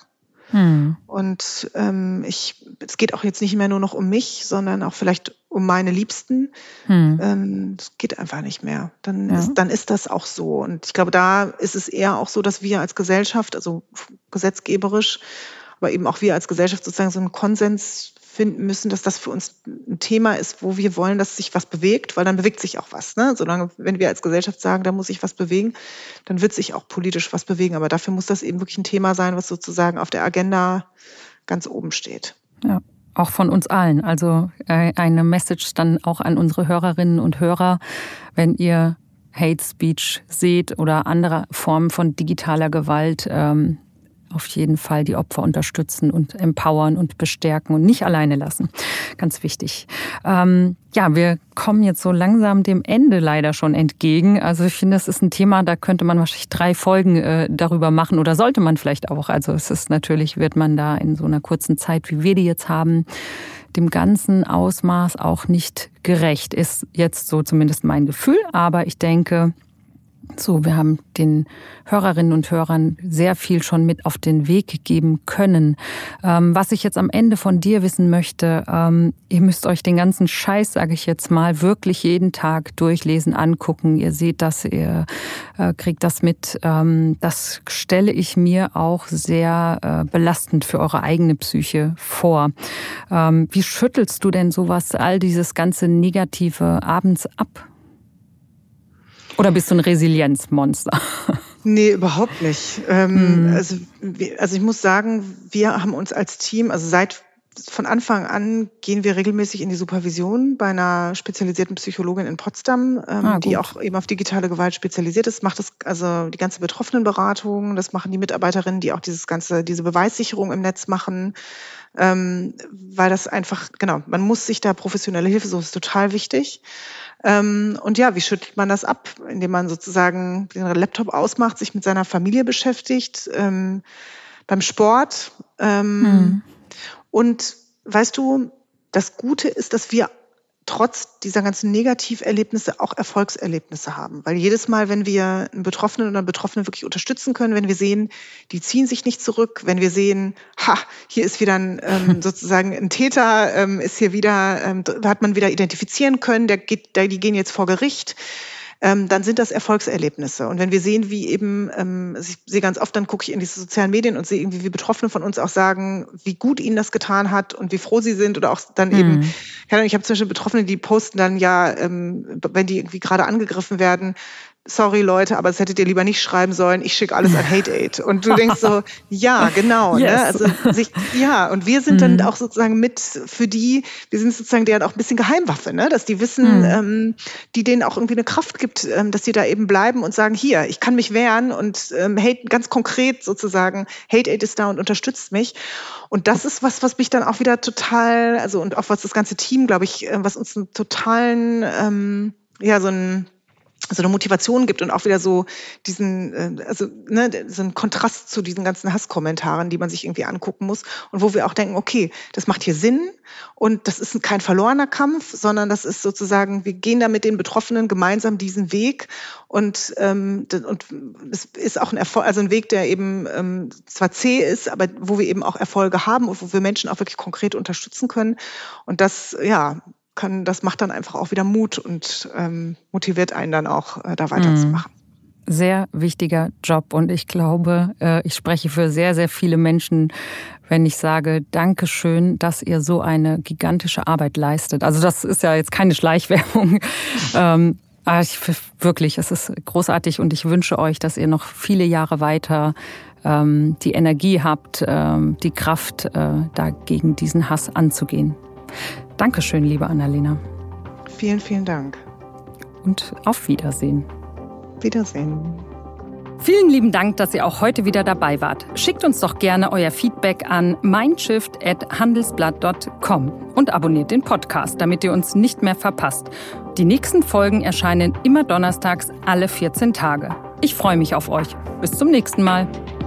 und es geht auch jetzt nicht mehr nur noch um mich, sondern auch vielleicht um meine Liebsten. Es geht einfach nicht mehr. Dann ist das auch so. Und ich glaube, da ist es eher auch so, dass wir als Gesellschaft, also gesetzgeberisch, aber eben auch wir als Gesellschaft sozusagen so einen Konsens finden müssen, dass das für uns ein Thema ist, wo wir wollen, dass sich was bewegt, weil dann bewegt sich auch was. Ne? Solange, wenn wir als Gesellschaft sagen, da muss sich was bewegen, dann wird sich auch politisch was bewegen. Aber dafür muss das eben wirklich ein Thema sein, was sozusagen auf der Agenda ganz oben steht.
Ja, auch von uns allen. Also eine Message dann auch an unsere Hörerinnen und Hörer, wenn ihr Hate Speech seht oder andere Formen von digitaler Gewalt, auf jeden Fall die Opfer unterstützen und empowern und bestärken und nicht alleine lassen. Ganz wichtig. Wir kommen jetzt so langsam dem Ende leider schon entgegen. Also ich finde, das ist ein Thema, da könnte man wahrscheinlich 3 Folgen darüber machen oder sollte man vielleicht auch. Also es ist natürlich, wird man da in so einer kurzen Zeit, wie wir die jetzt haben, dem ganzen Ausmaß auch nicht gerecht. Ist jetzt so zumindest mein Gefühl. Aber ich denke, so, wir haben den Hörerinnen und Hörern sehr viel schon mit auf den Weg geben können. Was ich jetzt am Ende von dir wissen möchte, ihr müsst euch den ganzen Scheiß, sage ich jetzt mal, wirklich jeden Tag durchlesen, angucken. Ihr seht das, ihr kriegt das mit. Das stelle ich mir auch sehr belastend für eure eigene Psyche vor. Wie schüttelst du denn sowas, all dieses ganze Negative abends ab? Oder bist du ein Resilienzmonster?
Nee, überhaupt nicht. Also ich muss sagen, wir haben uns als Team, also von Anfang an gehen wir regelmäßig in die Supervision bei einer spezialisierten Psychologin in Potsdam, die auch eben auf digitale Gewalt spezialisiert ist, macht das, also die ganze Betroffenenberatung, das machen die Mitarbeiterinnen, die auch diese Beweissicherung im Netz machen, weil das einfach, genau, man muss sich da professionelle Hilfe suchen, ist total wichtig. Und ja, wie schüttelt man das ab? Indem man sozusagen den Laptop ausmacht, sich mit seiner Familie beschäftigt, beim Sport. Und weißt du, das Gute ist, dass wir trotz dieser ganzen Negativerlebnisse auch Erfolgserlebnisse haben. Weil jedes Mal, wenn wir einen Betroffenen oder eine Betroffene wirklich unterstützen können, wenn wir sehen, die ziehen sich nicht zurück, wenn wir sehen, hier ist wieder sozusagen ein Täter, ist hier wieder, hat man wieder identifizieren können, die gehen jetzt vor Gericht, dann sind das Erfolgserlebnisse. Und wenn wir sehen, wie eben, ich sehe ganz oft, dann gucke ich in diese sozialen Medien und sehe irgendwie, wie Betroffene von uns auch sagen, wie gut ihnen das getan hat und wie froh sie sind oder auch dann eben, ich habe zum Beispiel Betroffene, die posten dann ja, wenn die irgendwie gerade angegriffen werden, sorry Leute, aber das hättet ihr lieber nicht schreiben sollen, ich schicke alles an HateAid. Und du denkst so, ja, genau. Yes. Ne? Also und wir sind dann auch sozusagen wir sind sozusagen deren auch ein bisschen Geheimwaffe, ne? Dass die wissen, die denen auch irgendwie eine Kraft gibt, dass die da eben bleiben und sagen, hier, ich kann mich wehren und ganz konkret sozusagen, HateAid ist da und unterstützt mich. Und das ist was mich dann auch wieder total, also und auch was das ganze Team, glaube ich, was uns einen totalen, so eine Motivation gibt und auch wieder so diesen, so einen Kontrast zu diesen ganzen Hasskommentaren, die man sich irgendwie angucken muss und wo wir auch denken, okay, das macht hier Sinn und das ist kein verlorener Kampf, sondern das ist sozusagen, wir gehen da mit den Betroffenen gemeinsam diesen Weg und es ist auch ein Erfolg, also ein Weg, der eben zwar zäh ist, aber wo wir eben auch Erfolge haben und wo wir Menschen auch wirklich konkret unterstützen können und das, das macht dann einfach auch wieder Mut und motiviert einen dann auch, da weiterzumachen.
Sehr wichtiger Job und ich glaube, ich spreche für sehr, sehr viele Menschen, wenn ich sage, Dankeschön, dass ihr so eine gigantische Arbeit leistet. Also das ist ja jetzt keine Schleichwerbung. Wirklich, es ist großartig und ich wünsche euch, dass ihr noch viele Jahre weiter die Energie habt, die Kraft, dagegen diesen Hass anzugehen. Dankeschön, liebe Annalena.
Vielen, vielen Dank.
Und auf Wiedersehen.
Wiedersehen.
Vielen lieben Dank, dass ihr auch heute wieder dabei wart. Schickt uns doch gerne euer Feedback an mindshift@handelsblatt.com und abonniert den Podcast, damit ihr uns nicht mehr verpasst. Die nächsten Folgen erscheinen immer donnerstags alle 14 Tage. Ich freue mich auf euch. Bis zum nächsten Mal.